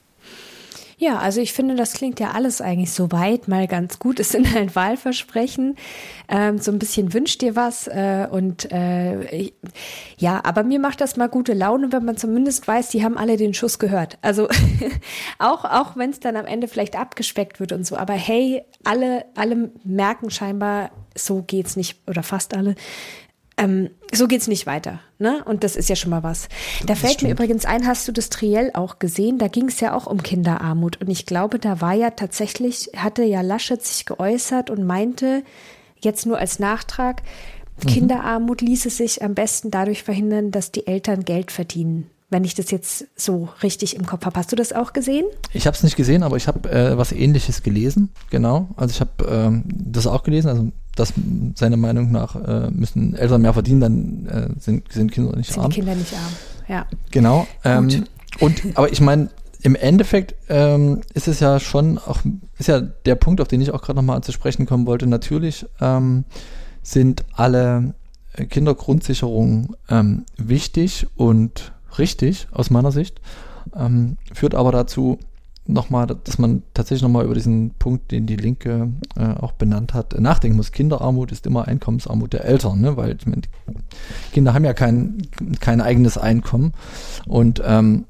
Ja, also ich finde, das klingt ja alles eigentlich soweit mal ganz gut. Es sind halt Wahlversprechen, ähm, so ein bisschen wünscht dir was äh, und äh, ich, ja, aber mir macht das mal gute Laune, wenn man zumindest weiß, die haben alle den Schuss gehört. Also auch auch wenn es dann am Ende vielleicht abgespeckt wird und so, aber hey, alle alle merken scheinbar, so geht's nicht oder fast alle. Ähm, so geht's nicht weiter, ne? Und das ist ja schon mal was. Da das fällt stimmt. mir übrigens ein, hast du das Triell auch gesehen? Da ging es ja auch um Kinderarmut. Und ich glaube, da war ja tatsächlich, hatte ja Laschet sich geäußert und meinte, jetzt nur als Nachtrag, mhm. Kinderarmut ließe sich am besten dadurch verhindern, dass die Eltern Geld verdienen. Wenn ich das jetzt so richtig im Kopf habe. Hast du das auch gesehen? Ich habe es nicht gesehen, aber ich habe äh, was Ähnliches gelesen, genau. Also ich habe ähm, das auch gelesen, also dass seiner Meinung nach äh, müssen Eltern mehr verdienen, dann äh, sind, sind Kinder nicht sind arm. Sind die Kinder nicht arm, ja. Genau. Ähm, und aber ich meine, im Endeffekt ähm, ist es ja schon auch, ist ja der Punkt, auf den ich auch gerade nochmal zu sprechen kommen wollte. Natürlich ähm, sind alle Kindergrundsicherungen ähm, wichtig und richtig aus meiner Sicht, ähm, führt aber dazu, nochmal, dass man tatsächlich nochmal über diesen Punkt, den die Linke äh, auch benannt hat, nachdenken muss. Kinderarmut ist immer Einkommensarmut der Eltern, ne? Weil ich meine, Kinder haben ja kein, kein eigenes Einkommen. Und ähm,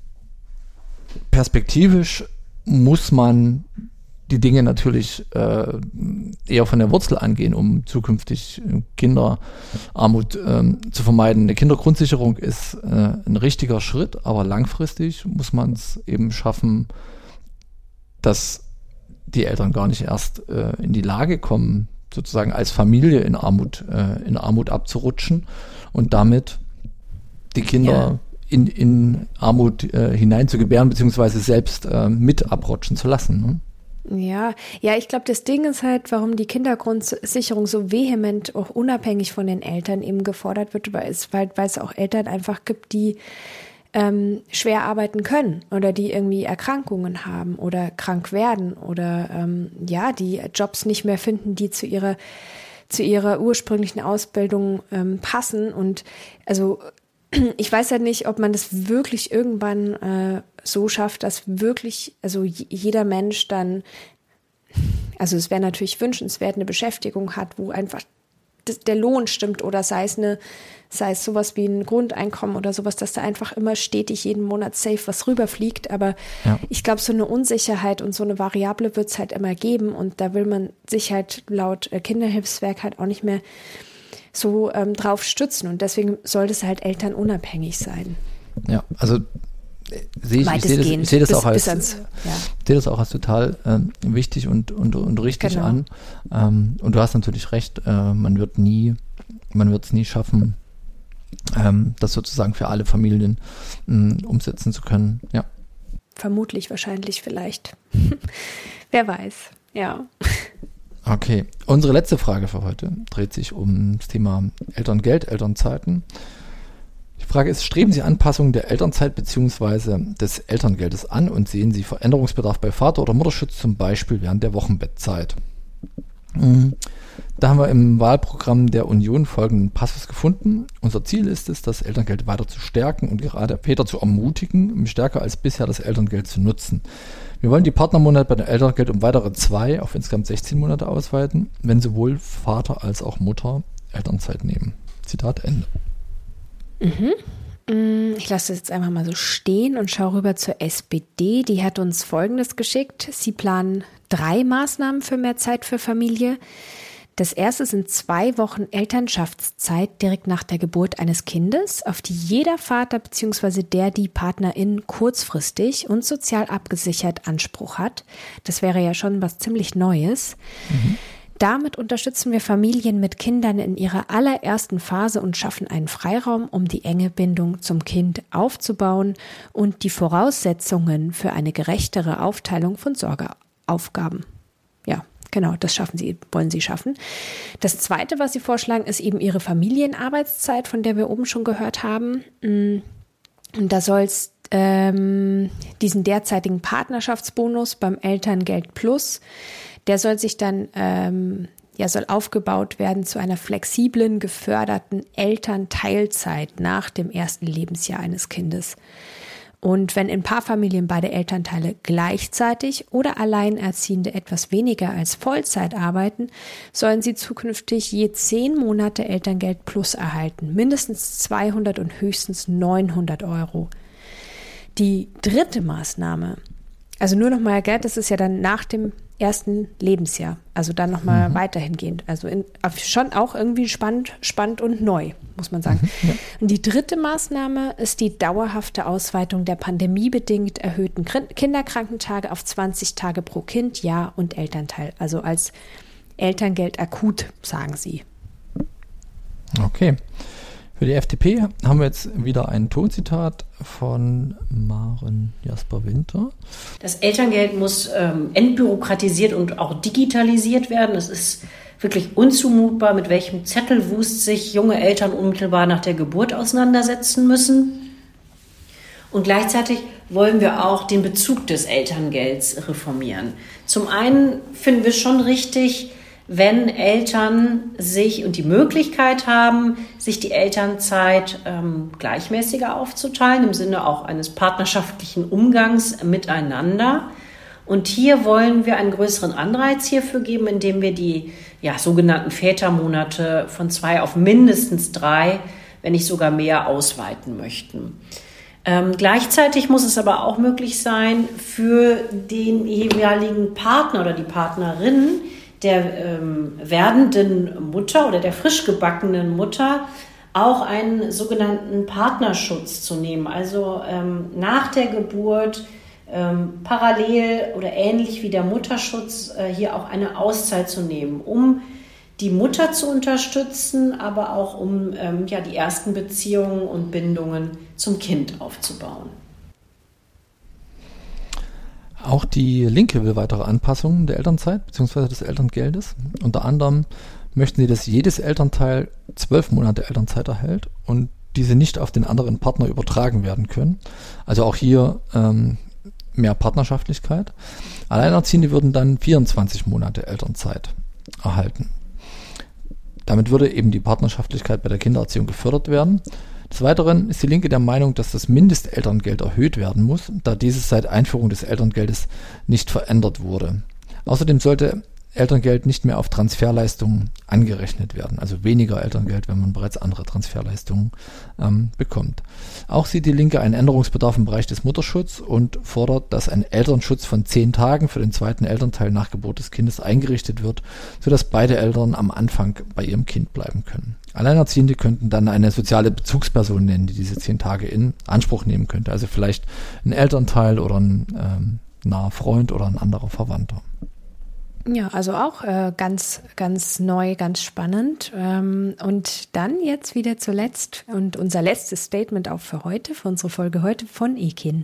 perspektivisch muss man die Dinge natürlich äh, eher von der Wurzel angehen, um zukünftig Kinderarmut ähm, zu vermeiden. Eine Kindergrundsicherung ist äh, ein richtiger Schritt, aber langfristig muss man es eben schaffen, dass die Eltern gar nicht erst äh, in die Lage kommen, sozusagen als Familie in Armut, äh, in Armut abzurutschen und damit die Kinder ja. in, in Armut äh, hineinzugebären, beziehungsweise selbst äh, mit abrutschen zu lassen. Ne? Ja, ja, ich glaube, das Ding ist halt, warum die Kindergrundsicherung so vehement auch unabhängig von den Eltern eben gefordert wird, weil es, weil, weil es auch Eltern einfach gibt, die ähm, schwer arbeiten können oder die irgendwie Erkrankungen haben oder krank werden oder ähm, ja, die Jobs nicht mehr finden, die zu ihrer zu ihrer ursprünglichen Ausbildung ähm, passen. Und also ich weiß ja nicht, ob man das wirklich irgendwann äh, so schafft, dass wirklich, also j- jeder Mensch dann, also es wäre natürlich wünschenswert, eine Beschäftigung hat, wo einfach das, der Lohn stimmt oder sei es eine, sei es sowas wie ein Grundeinkommen oder sowas, dass da einfach immer stetig jeden Monat safe was rüberfliegt. Aber ja. ich glaube, so eine Unsicherheit und so eine Variable wird es halt immer geben und da will man sich halt laut äh, Kinderhilfswerk halt auch nicht mehr so ähm, drauf stützen und deswegen sollte es halt elternunabhängig sein. Ja, also sehe ich, ich sehe das, ich sehe das bis, auch als ans, ja. ich sehe das auch als total ähm, wichtig und, und, und richtig genau. an. Ähm, und du hast natürlich recht, äh, man wird nie, man wird es nie schaffen, ähm, das sozusagen für alle Familien ähm, umsetzen zu können. Ja. Vermutlich, wahrscheinlich, vielleicht. Wer weiß, ja. Okay, unsere letzte Frage für heute dreht sich um das Thema Elterngeld, Elternzeiten. Die Frage ist, streben Sie Anpassungen der Elternzeit bzw. des Elterngeldes an und sehen Sie Veränderungsbedarf bei Vater- oder Mutterschutz, zum Beispiel während der Wochenbettzeit? Da haben wir im Wahlprogramm der Union folgenden Passus gefunden. Unser Ziel ist es, das Elterngeld weiter zu stärken und gerade Väter zu ermutigen, stärker als bisher das Elterngeld zu nutzen. Wir wollen die Partnermonate bei dem Elterngeld um weitere zwei auf insgesamt sechzehn Monate ausweiten, wenn sowohl Vater als auch Mutter Elternzeit nehmen. Zitat Ende. Mhm. Ich lasse das jetzt einfach mal so stehen und schaue rüber zur S P D. Die hat uns Folgendes geschickt. Sie planen drei Maßnahmen für mehr Zeit für Familie. Das erste sind zwei Wochen Elternschaftszeit direkt nach der Geburt eines Kindes, auf die jeder Vater bzw. der die Partnerin kurzfristig und sozial abgesichert Anspruch hat. Das wäre ja schon was ziemlich Neues. Mhm. Damit unterstützen wir Familien mit Kindern in ihrer allerersten Phase und schaffen einen Freiraum, um die enge Bindung zum Kind aufzubauen und die Voraussetzungen für eine gerechtere Aufteilung von Sorgeaufgaben. Ja. Genau, das schaffen sie, wollen sie schaffen. Das Zweite, was sie vorschlagen, ist eben ihre Familienarbeitszeit, von der wir oben schon gehört haben. Und da soll es ähm, diesen derzeitigen Partnerschaftsbonus beim Elterngeld Plus, der soll sich dann, ähm, ja, soll aufgebaut werden zu einer flexiblen, geförderten Elternteilzeit nach dem ersten Lebensjahr eines Kindes. Und wenn in Paarfamilien beide Elternteile gleichzeitig oder Alleinerziehende etwas weniger als Vollzeit arbeiten, sollen sie zukünftig je zehn Monate Elterngeld Plus erhalten, mindestens zweihundert und höchstens neunhundert Euro. Die dritte Maßnahme, also nur nochmal, gell, das ist ja dann nach dem ersten Lebensjahr, also dann nochmal mhm. weiterhin gehend. Also in, schon auch irgendwie spannend, spannend und neu, muss man sagen. Mhm, ja. Und die dritte Maßnahme ist die dauerhafte Ausweitung der pandemiebedingt erhöhten Kinderkrankentage auf zwanzig Tage pro Kind, Jahr und Elternteil. Also als Elterngeld akut, sagen sie. Okay. Für die F D P haben wir jetzt wieder ein Tonzitat von Maren Jasper-Winter. Das Elterngeld muss ähm, entbürokratisiert und auch digitalisiert werden. Es ist wirklich unzumutbar, mit welchem Zettelwust sich junge Eltern unmittelbar nach der Geburt auseinandersetzen müssen. Und gleichzeitig wollen wir auch den Bezug des Elterngelds reformieren. Zum einen finden wir schon richtig, wenn Eltern sich und die Möglichkeit haben, sich die Elternzeit ähm, gleichmäßiger aufzuteilen, im Sinne auch eines partnerschaftlichen Umgangs miteinander. Und hier wollen wir einen größeren Anreiz hierfür geben, indem wir die ja, sogenannten Vätermonate von zwei auf mindestens drei, wenn nicht sogar mehr, ausweiten möchten. Ähm, gleichzeitig muss es aber auch möglich sein, für den jeweiligen Partner oder die Partnerin der ähm, werdenden Mutter oder der frisch gebackenen Mutter auch einen sogenannten Partnerschutz zu nehmen. Also ähm, nach der Geburt ähm, parallel oder ähnlich wie der Mutterschutz äh, hier auch eine Auszeit zu nehmen, um die Mutter zu unterstützen, aber auch um ähm, ja, die ersten Beziehungen und Bindungen zum Kind aufzubauen. Auch die Linke will weitere Anpassungen der Elternzeit bzw. des Elterngeldes. Unter anderem möchten sie, dass jedes Elternteil zwölf Monate Elternzeit erhält und diese nicht auf den anderen Partner übertragen werden können. Also auch hier ähm, mehr Partnerschaftlichkeit. Alleinerziehende würden dann vierundzwanzig Monate Elternzeit erhalten. Damit würde eben die Partnerschaftlichkeit bei der Kindererziehung gefördert werden. Des Weiteren ist die Linke der Meinung, dass das Mindestelterngeld erhöht werden muss, da dieses seit Einführung des Elterngeldes nicht verändert wurde. Außerdem sollte Elterngeld nicht mehr auf Transferleistungen angerechnet werden, also weniger Elterngeld, wenn man bereits andere Transferleistungen ähm, bekommt. Auch sieht die Linke einen Änderungsbedarf im Bereich des Mutterschutzes und fordert, dass ein Elternschutz von zehn Tagen für den zweiten Elternteil nach Geburt des Kindes eingerichtet wird, sodass beide Eltern am Anfang bei ihrem Kind bleiben können. Alleinerziehende könnten dann eine soziale Bezugsperson nennen, die diese zehn Tage in Anspruch nehmen könnte, also vielleicht ein Elternteil oder ein ähm, naher Freund oder ein anderer Verwandter. Ja, also auch äh, ganz, ganz neu, ganz spannend. Ähm, und dann jetzt wieder zuletzt und unser letztes Statement auch für heute, für unsere Folge heute von Ekin.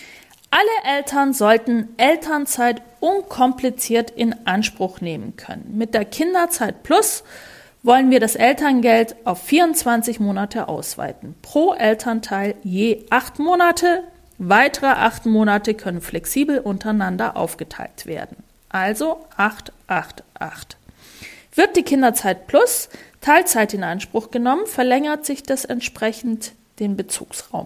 Alle Eltern sollten Elternzeit unkompliziert in Anspruch nehmen können. Mit der Kinderzeit Plus wollen wir das Elterngeld auf vierundzwanzig Monate ausweiten. Pro Elternteil je acht Monate. Weitere acht Monate können flexibel untereinander aufgeteilt werden. Also acht, acht, acht. Wird die Kinderzeit Plus Teilzeit in Anspruch genommen, verlängert sich das entsprechend den Bezugsraum.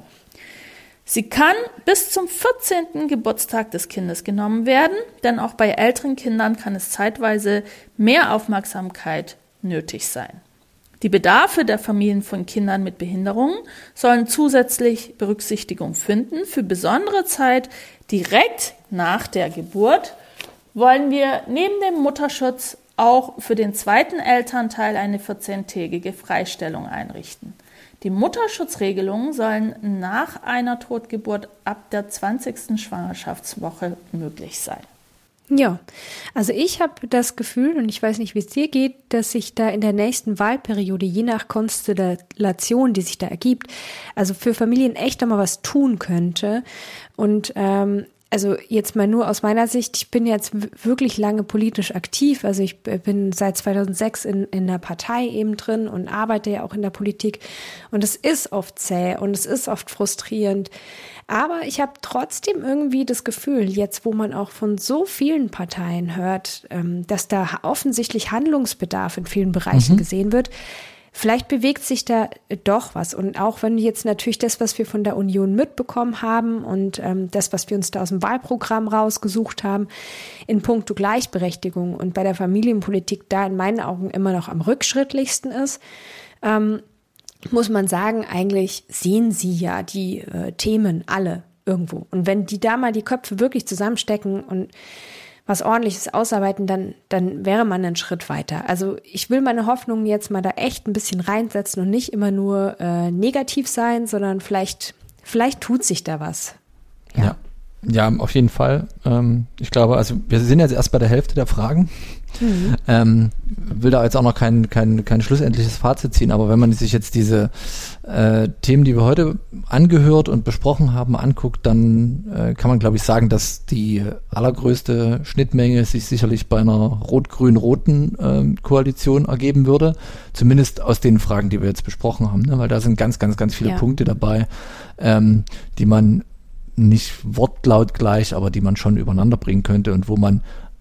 Sie kann bis zum vierzehnten Geburtstag des Kindes genommen werden, denn auch bei älteren Kindern kann es zeitweise mehr Aufmerksamkeit nötig sein. Die Bedarfe der Familien von Kindern mit Behinderungen sollen zusätzlich Berücksichtigung finden. Für besondere Zeit direkt nach der Geburt wollen wir neben dem Mutterschutz auch für den zweiten Elternteil eine vierzehntägige Freistellung einrichten. Die Mutterschutzregelungen sollen nach einer Totgeburt ab der zwanzigsten Schwangerschaftswoche möglich sein. Ja, also ich habe das Gefühl, und ich weiß nicht, wie es dir geht, dass sich da in der nächsten Wahlperiode, je nach Konstellation, die sich da ergibt, also für Familien echt nochmal was tun könnte. Und ähm, also jetzt mal nur aus meiner Sicht, ich bin jetzt wirklich lange politisch aktiv, also ich bin seit zweitausendsechs in, in der Partei eben drin und arbeite ja auch in der Politik und es ist oft zäh und es ist oft frustrierend, aber ich habe trotzdem irgendwie das Gefühl, jetzt wo man auch von so vielen Parteien hört, dass da offensichtlich Handlungsbedarf in vielen Bereichen mhm. gesehen wird, vielleicht bewegt sich da doch was. Und auch wenn jetzt natürlich das, was wir von der Union mitbekommen haben und ähm, das, was wir uns da aus dem Wahlprogramm rausgesucht haben, in puncto Gleichberechtigung und bei der Familienpolitik da in meinen Augen immer noch am rückschrittlichsten ist, ähm, muss man sagen, eigentlich sehen sie ja die äh, Themen alle irgendwo. Und wenn die da mal die Köpfe wirklich zusammenstecken und was Ordentliches ausarbeiten, dann, dann wäre man einen Schritt weiter. Also ich will meine Hoffnungen jetzt mal da echt ein bisschen reinsetzen und nicht immer nur äh, negativ sein, sondern vielleicht, vielleicht tut sich da was. Ja, ja, ja auf jeden Fall. Ähm, ich glaube, also wir sind jetzt erst bei der Hälfte der Fragen. Mhm. Ähm, will da jetzt auch noch kein, kein, kein schlussendliches Fazit ziehen, aber wenn man sich jetzt diese äh, Themen, die wir heute angehört und besprochen haben, anguckt, dann äh, kann man, glaube ich, sagen, dass die allergrößte Schnittmenge sich sicherlich bei einer rot-grün-roten äh, Koalition ergeben würde, zumindest aus den Fragen, die wir jetzt besprochen haben, ne? Weil da sind ganz, ganz, ganz viele ja. Punkte dabei, ähm, die man nicht wortlaut gleich, aber die man schon übereinander bringen könnte und wo man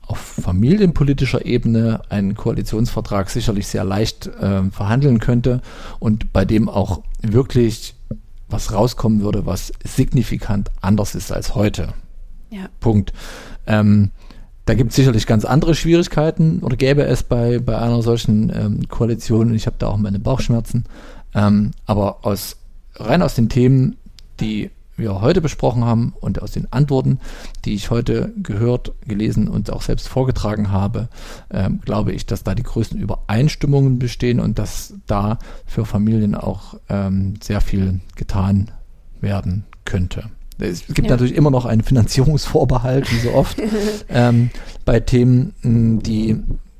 auf familienpolitischer Ebene ein Koalitionsvertrag sicherlich sehr leicht äh, verhandeln könnte und bei dem auch wirklich was rauskommen würde, was signifikant anders ist als heute. Ja. Punkt. Ähm, da gibt es sicherlich ganz andere Schwierigkeiten oder gäbe es bei, bei einer solchen ähm, Koalition. Ich habe da auch meine Bauchschmerzen. Ähm, aber aus rein aus den Themen, die wir heute besprochen haben und aus den Antworten, die ich heute gehört, gelesen und auch selbst vorgetragen habe, ähm, glaube ich, dass da die größten Übereinstimmungen bestehen und dass da für Familien auch ähm, sehr viel getan werden könnte. Es gibt ja. natürlich immer noch einen Finanzierungsvorbehalt, wie so oft, ähm, bei Themen, die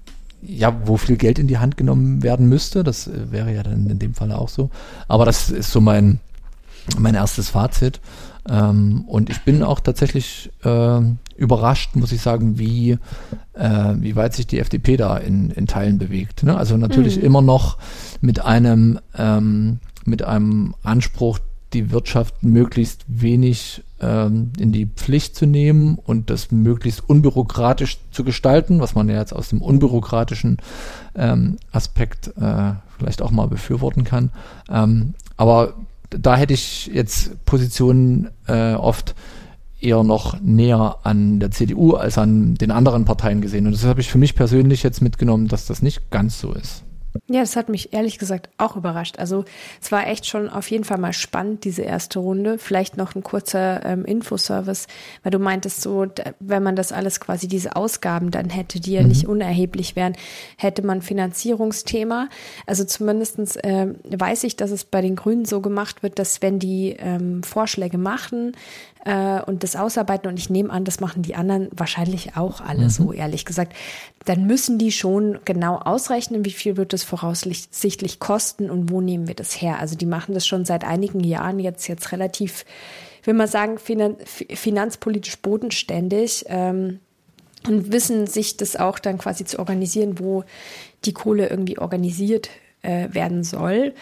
ja, wo viel Geld in die Hand genommen werden müsste. Das wäre ja dann in dem Fall auch so. Aber das ist so mein mein erstes Fazit. Ähm, und ich bin auch tatsächlich äh, überrascht, muss ich sagen, wie, äh, wie weit sich die F D P da in, in Teilen bewegt. Ne? Also natürlich mhm. immer noch mit einem, ähm, mit einem Anspruch, die Wirtschaft möglichst wenig ähm, in die Pflicht zu nehmen und das möglichst unbürokratisch zu gestalten, was man ja jetzt aus dem unbürokratischen ähm, Aspekt äh, vielleicht auch mal befürworten kann. Ähm, aber da hätte ich jetzt Positionen äh, oft eher noch näher an der C D U als an den anderen Parteien gesehen. Und das habe ich für mich persönlich jetzt mitgenommen, dass das nicht ganz so ist. Ja, das hat mich ehrlich gesagt auch überrascht. Also es war echt schon auf jeden Fall mal spannend, diese erste Runde. Vielleicht noch ein kurzer ähm, Infoservice, weil du meintest so, wenn man das alles quasi, diese Ausgaben dann hätte, die ja mhm. nicht unerheblich wären, hätte man Finanzierungsthema. Also zumindestens äh, weiß ich, dass es bei den Grünen so gemacht wird, dass wenn die ähm, Vorschläge machen, und das ausarbeiten, und ich nehme an, das machen die anderen wahrscheinlich auch alle mhm. so, ehrlich gesagt, dann müssen die schon genau ausrechnen, wie viel wird das voraussichtlich kosten und wo nehmen wir das her. Also die machen das schon seit einigen Jahren jetzt, jetzt relativ, will man sagen, finan- finanzpolitisch bodenständig ähm, und wissen sich das auch dann quasi zu organisieren, wo die Kohle irgendwie organisiert äh, werden soll.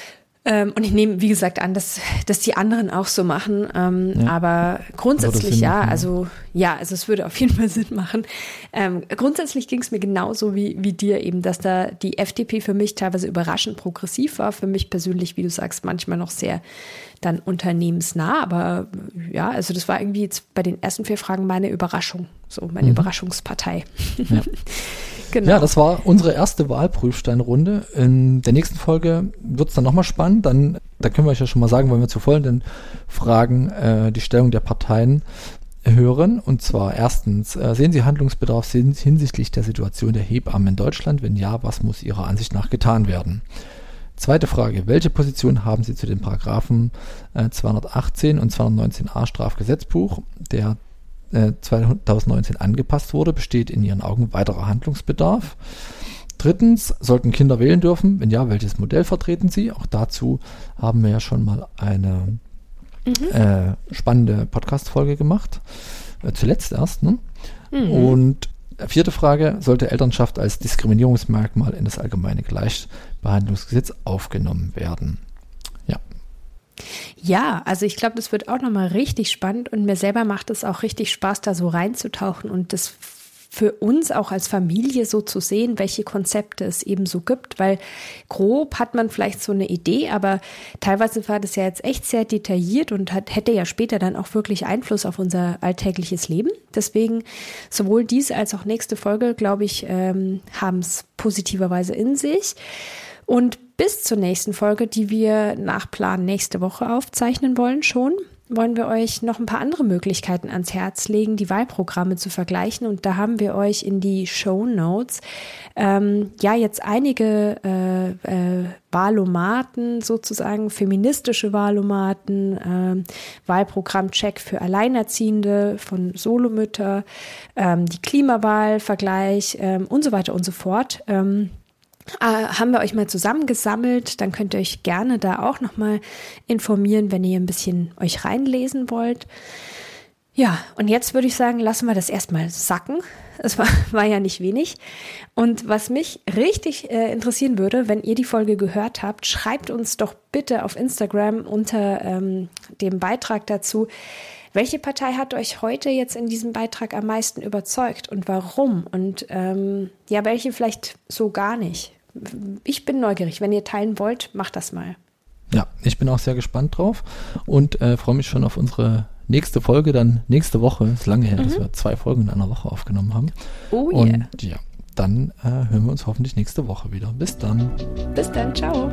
Und ich nehme, wie gesagt, an, dass, dass die anderen auch so machen. Ähm, ja. Aber grundsätzlich ja, machen, also ja, also es würde auf jeden Fall Sinn machen. Ähm, grundsätzlich ging es mir genauso wie, wie dir eben, dass da die F D P für mich teilweise überraschend progressiv war. Für mich persönlich, wie du sagst, manchmal noch sehr dann unternehmensnah. Aber ja, also das war irgendwie jetzt bei den ersten vier Fragen meine Überraschung, so meine mhm. Überraschungspartei. Ja. Genau. Ja, das war unsere erste Wahlprüfsteinrunde. In der nächsten Folge wird es dann nochmal spannend. Dann, da können wir euch ja schon mal sagen, wollen wir zu folgenden Fragen äh, die Stellung der Parteien hören. Und zwar erstens, äh, sehen Sie Handlungsbedarf hinsichtlich der Situation der Hebammen in Deutschland? Wenn ja, was muss Ihrer Ansicht nach getan werden? Zweite Frage, welche Position haben Sie zu den Paragraphen äh, zweihundertachtzehn und zweihundertneunzehn a Strafgesetzbuch, der zweitausendneunzehn angepasst wurde? Besteht in Ihren Augen weiterer Handlungsbedarf? Drittens, sollten Kinder wählen dürfen? Wenn ja, welches Modell vertreten Sie? Auch dazu haben wir ja schon mal eine mhm. äh, spannende Podcast-Folge gemacht. Äh, zuletzt erst. Ne? Mhm. Und vierte Frage, sollte Elternschaft als Diskriminierungsmerkmal in das allgemeine Gleichbehandlungsgesetz aufgenommen werden? Ja, also ich glaube, das wird auch nochmal richtig spannend und mir selber macht es auch richtig Spaß, da so reinzutauchen und das für uns auch als Familie so zu sehen, welche Konzepte es eben so gibt, weil grob hat man vielleicht so eine Idee, aber teilweise war das ja jetzt echt sehr detailliert und hat, hätte ja später dann auch wirklich Einfluss auf unser alltägliches Leben. Deswegen sowohl diese als auch nächste Folge, glaube ich, ähm, haben es positiverweise in sich. Und bis zur nächsten Folge, die wir nach Plan nächste Woche aufzeichnen wollen schon, wollen wir euch noch ein paar andere Möglichkeiten ans Herz legen, die Wahlprogramme zu vergleichen. Und da haben wir euch in die Shownotes ähm, ja jetzt einige äh, äh, Wahlomaten, sozusagen feministische Wahlomaten, äh, Wahlprogrammcheck für Alleinerziehende von Solomütter, ähm, die Klimawahlvergleich ähm, und so weiter und so fort. Ähm, Äh, haben wir euch mal zusammengesammelt, dann könnt ihr euch gerne da auch nochmal informieren, wenn ihr ein bisschen euch reinlesen wollt. Ja, und jetzt würde ich sagen, lassen wir das erstmal sacken. Es war, war ja nicht wenig. Und was mich richtig äh, interessieren würde, wenn ihr die Folge gehört habt, schreibt uns doch bitte auf Instagram unter ähm, dem Beitrag dazu, welche Partei hat euch heute jetzt in diesem Beitrag am meisten überzeugt und warum? Und ähm, ja, welche vielleicht so gar nicht? Ich bin neugierig. Wenn ihr teilen wollt, macht das mal. Ja, ich bin auch sehr gespannt drauf und äh, freue mich schon auf unsere nächste Folge, dann nächste Woche. Ist lange her, mhm. dass wir zwei Folgen in einer Woche aufgenommen haben. Oh yeah. Und ja, dann äh, hören wir uns hoffentlich nächste Woche wieder. Bis dann. Bis dann, ciao.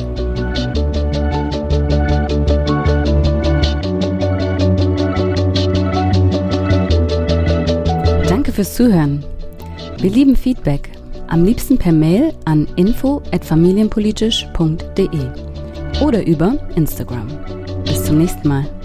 Danke fürs Zuhören. Wir lieben Feedback. Am liebsten per Mail an info at familienpolitisch punkt de oder über Instagram. Bis zum nächsten Mal.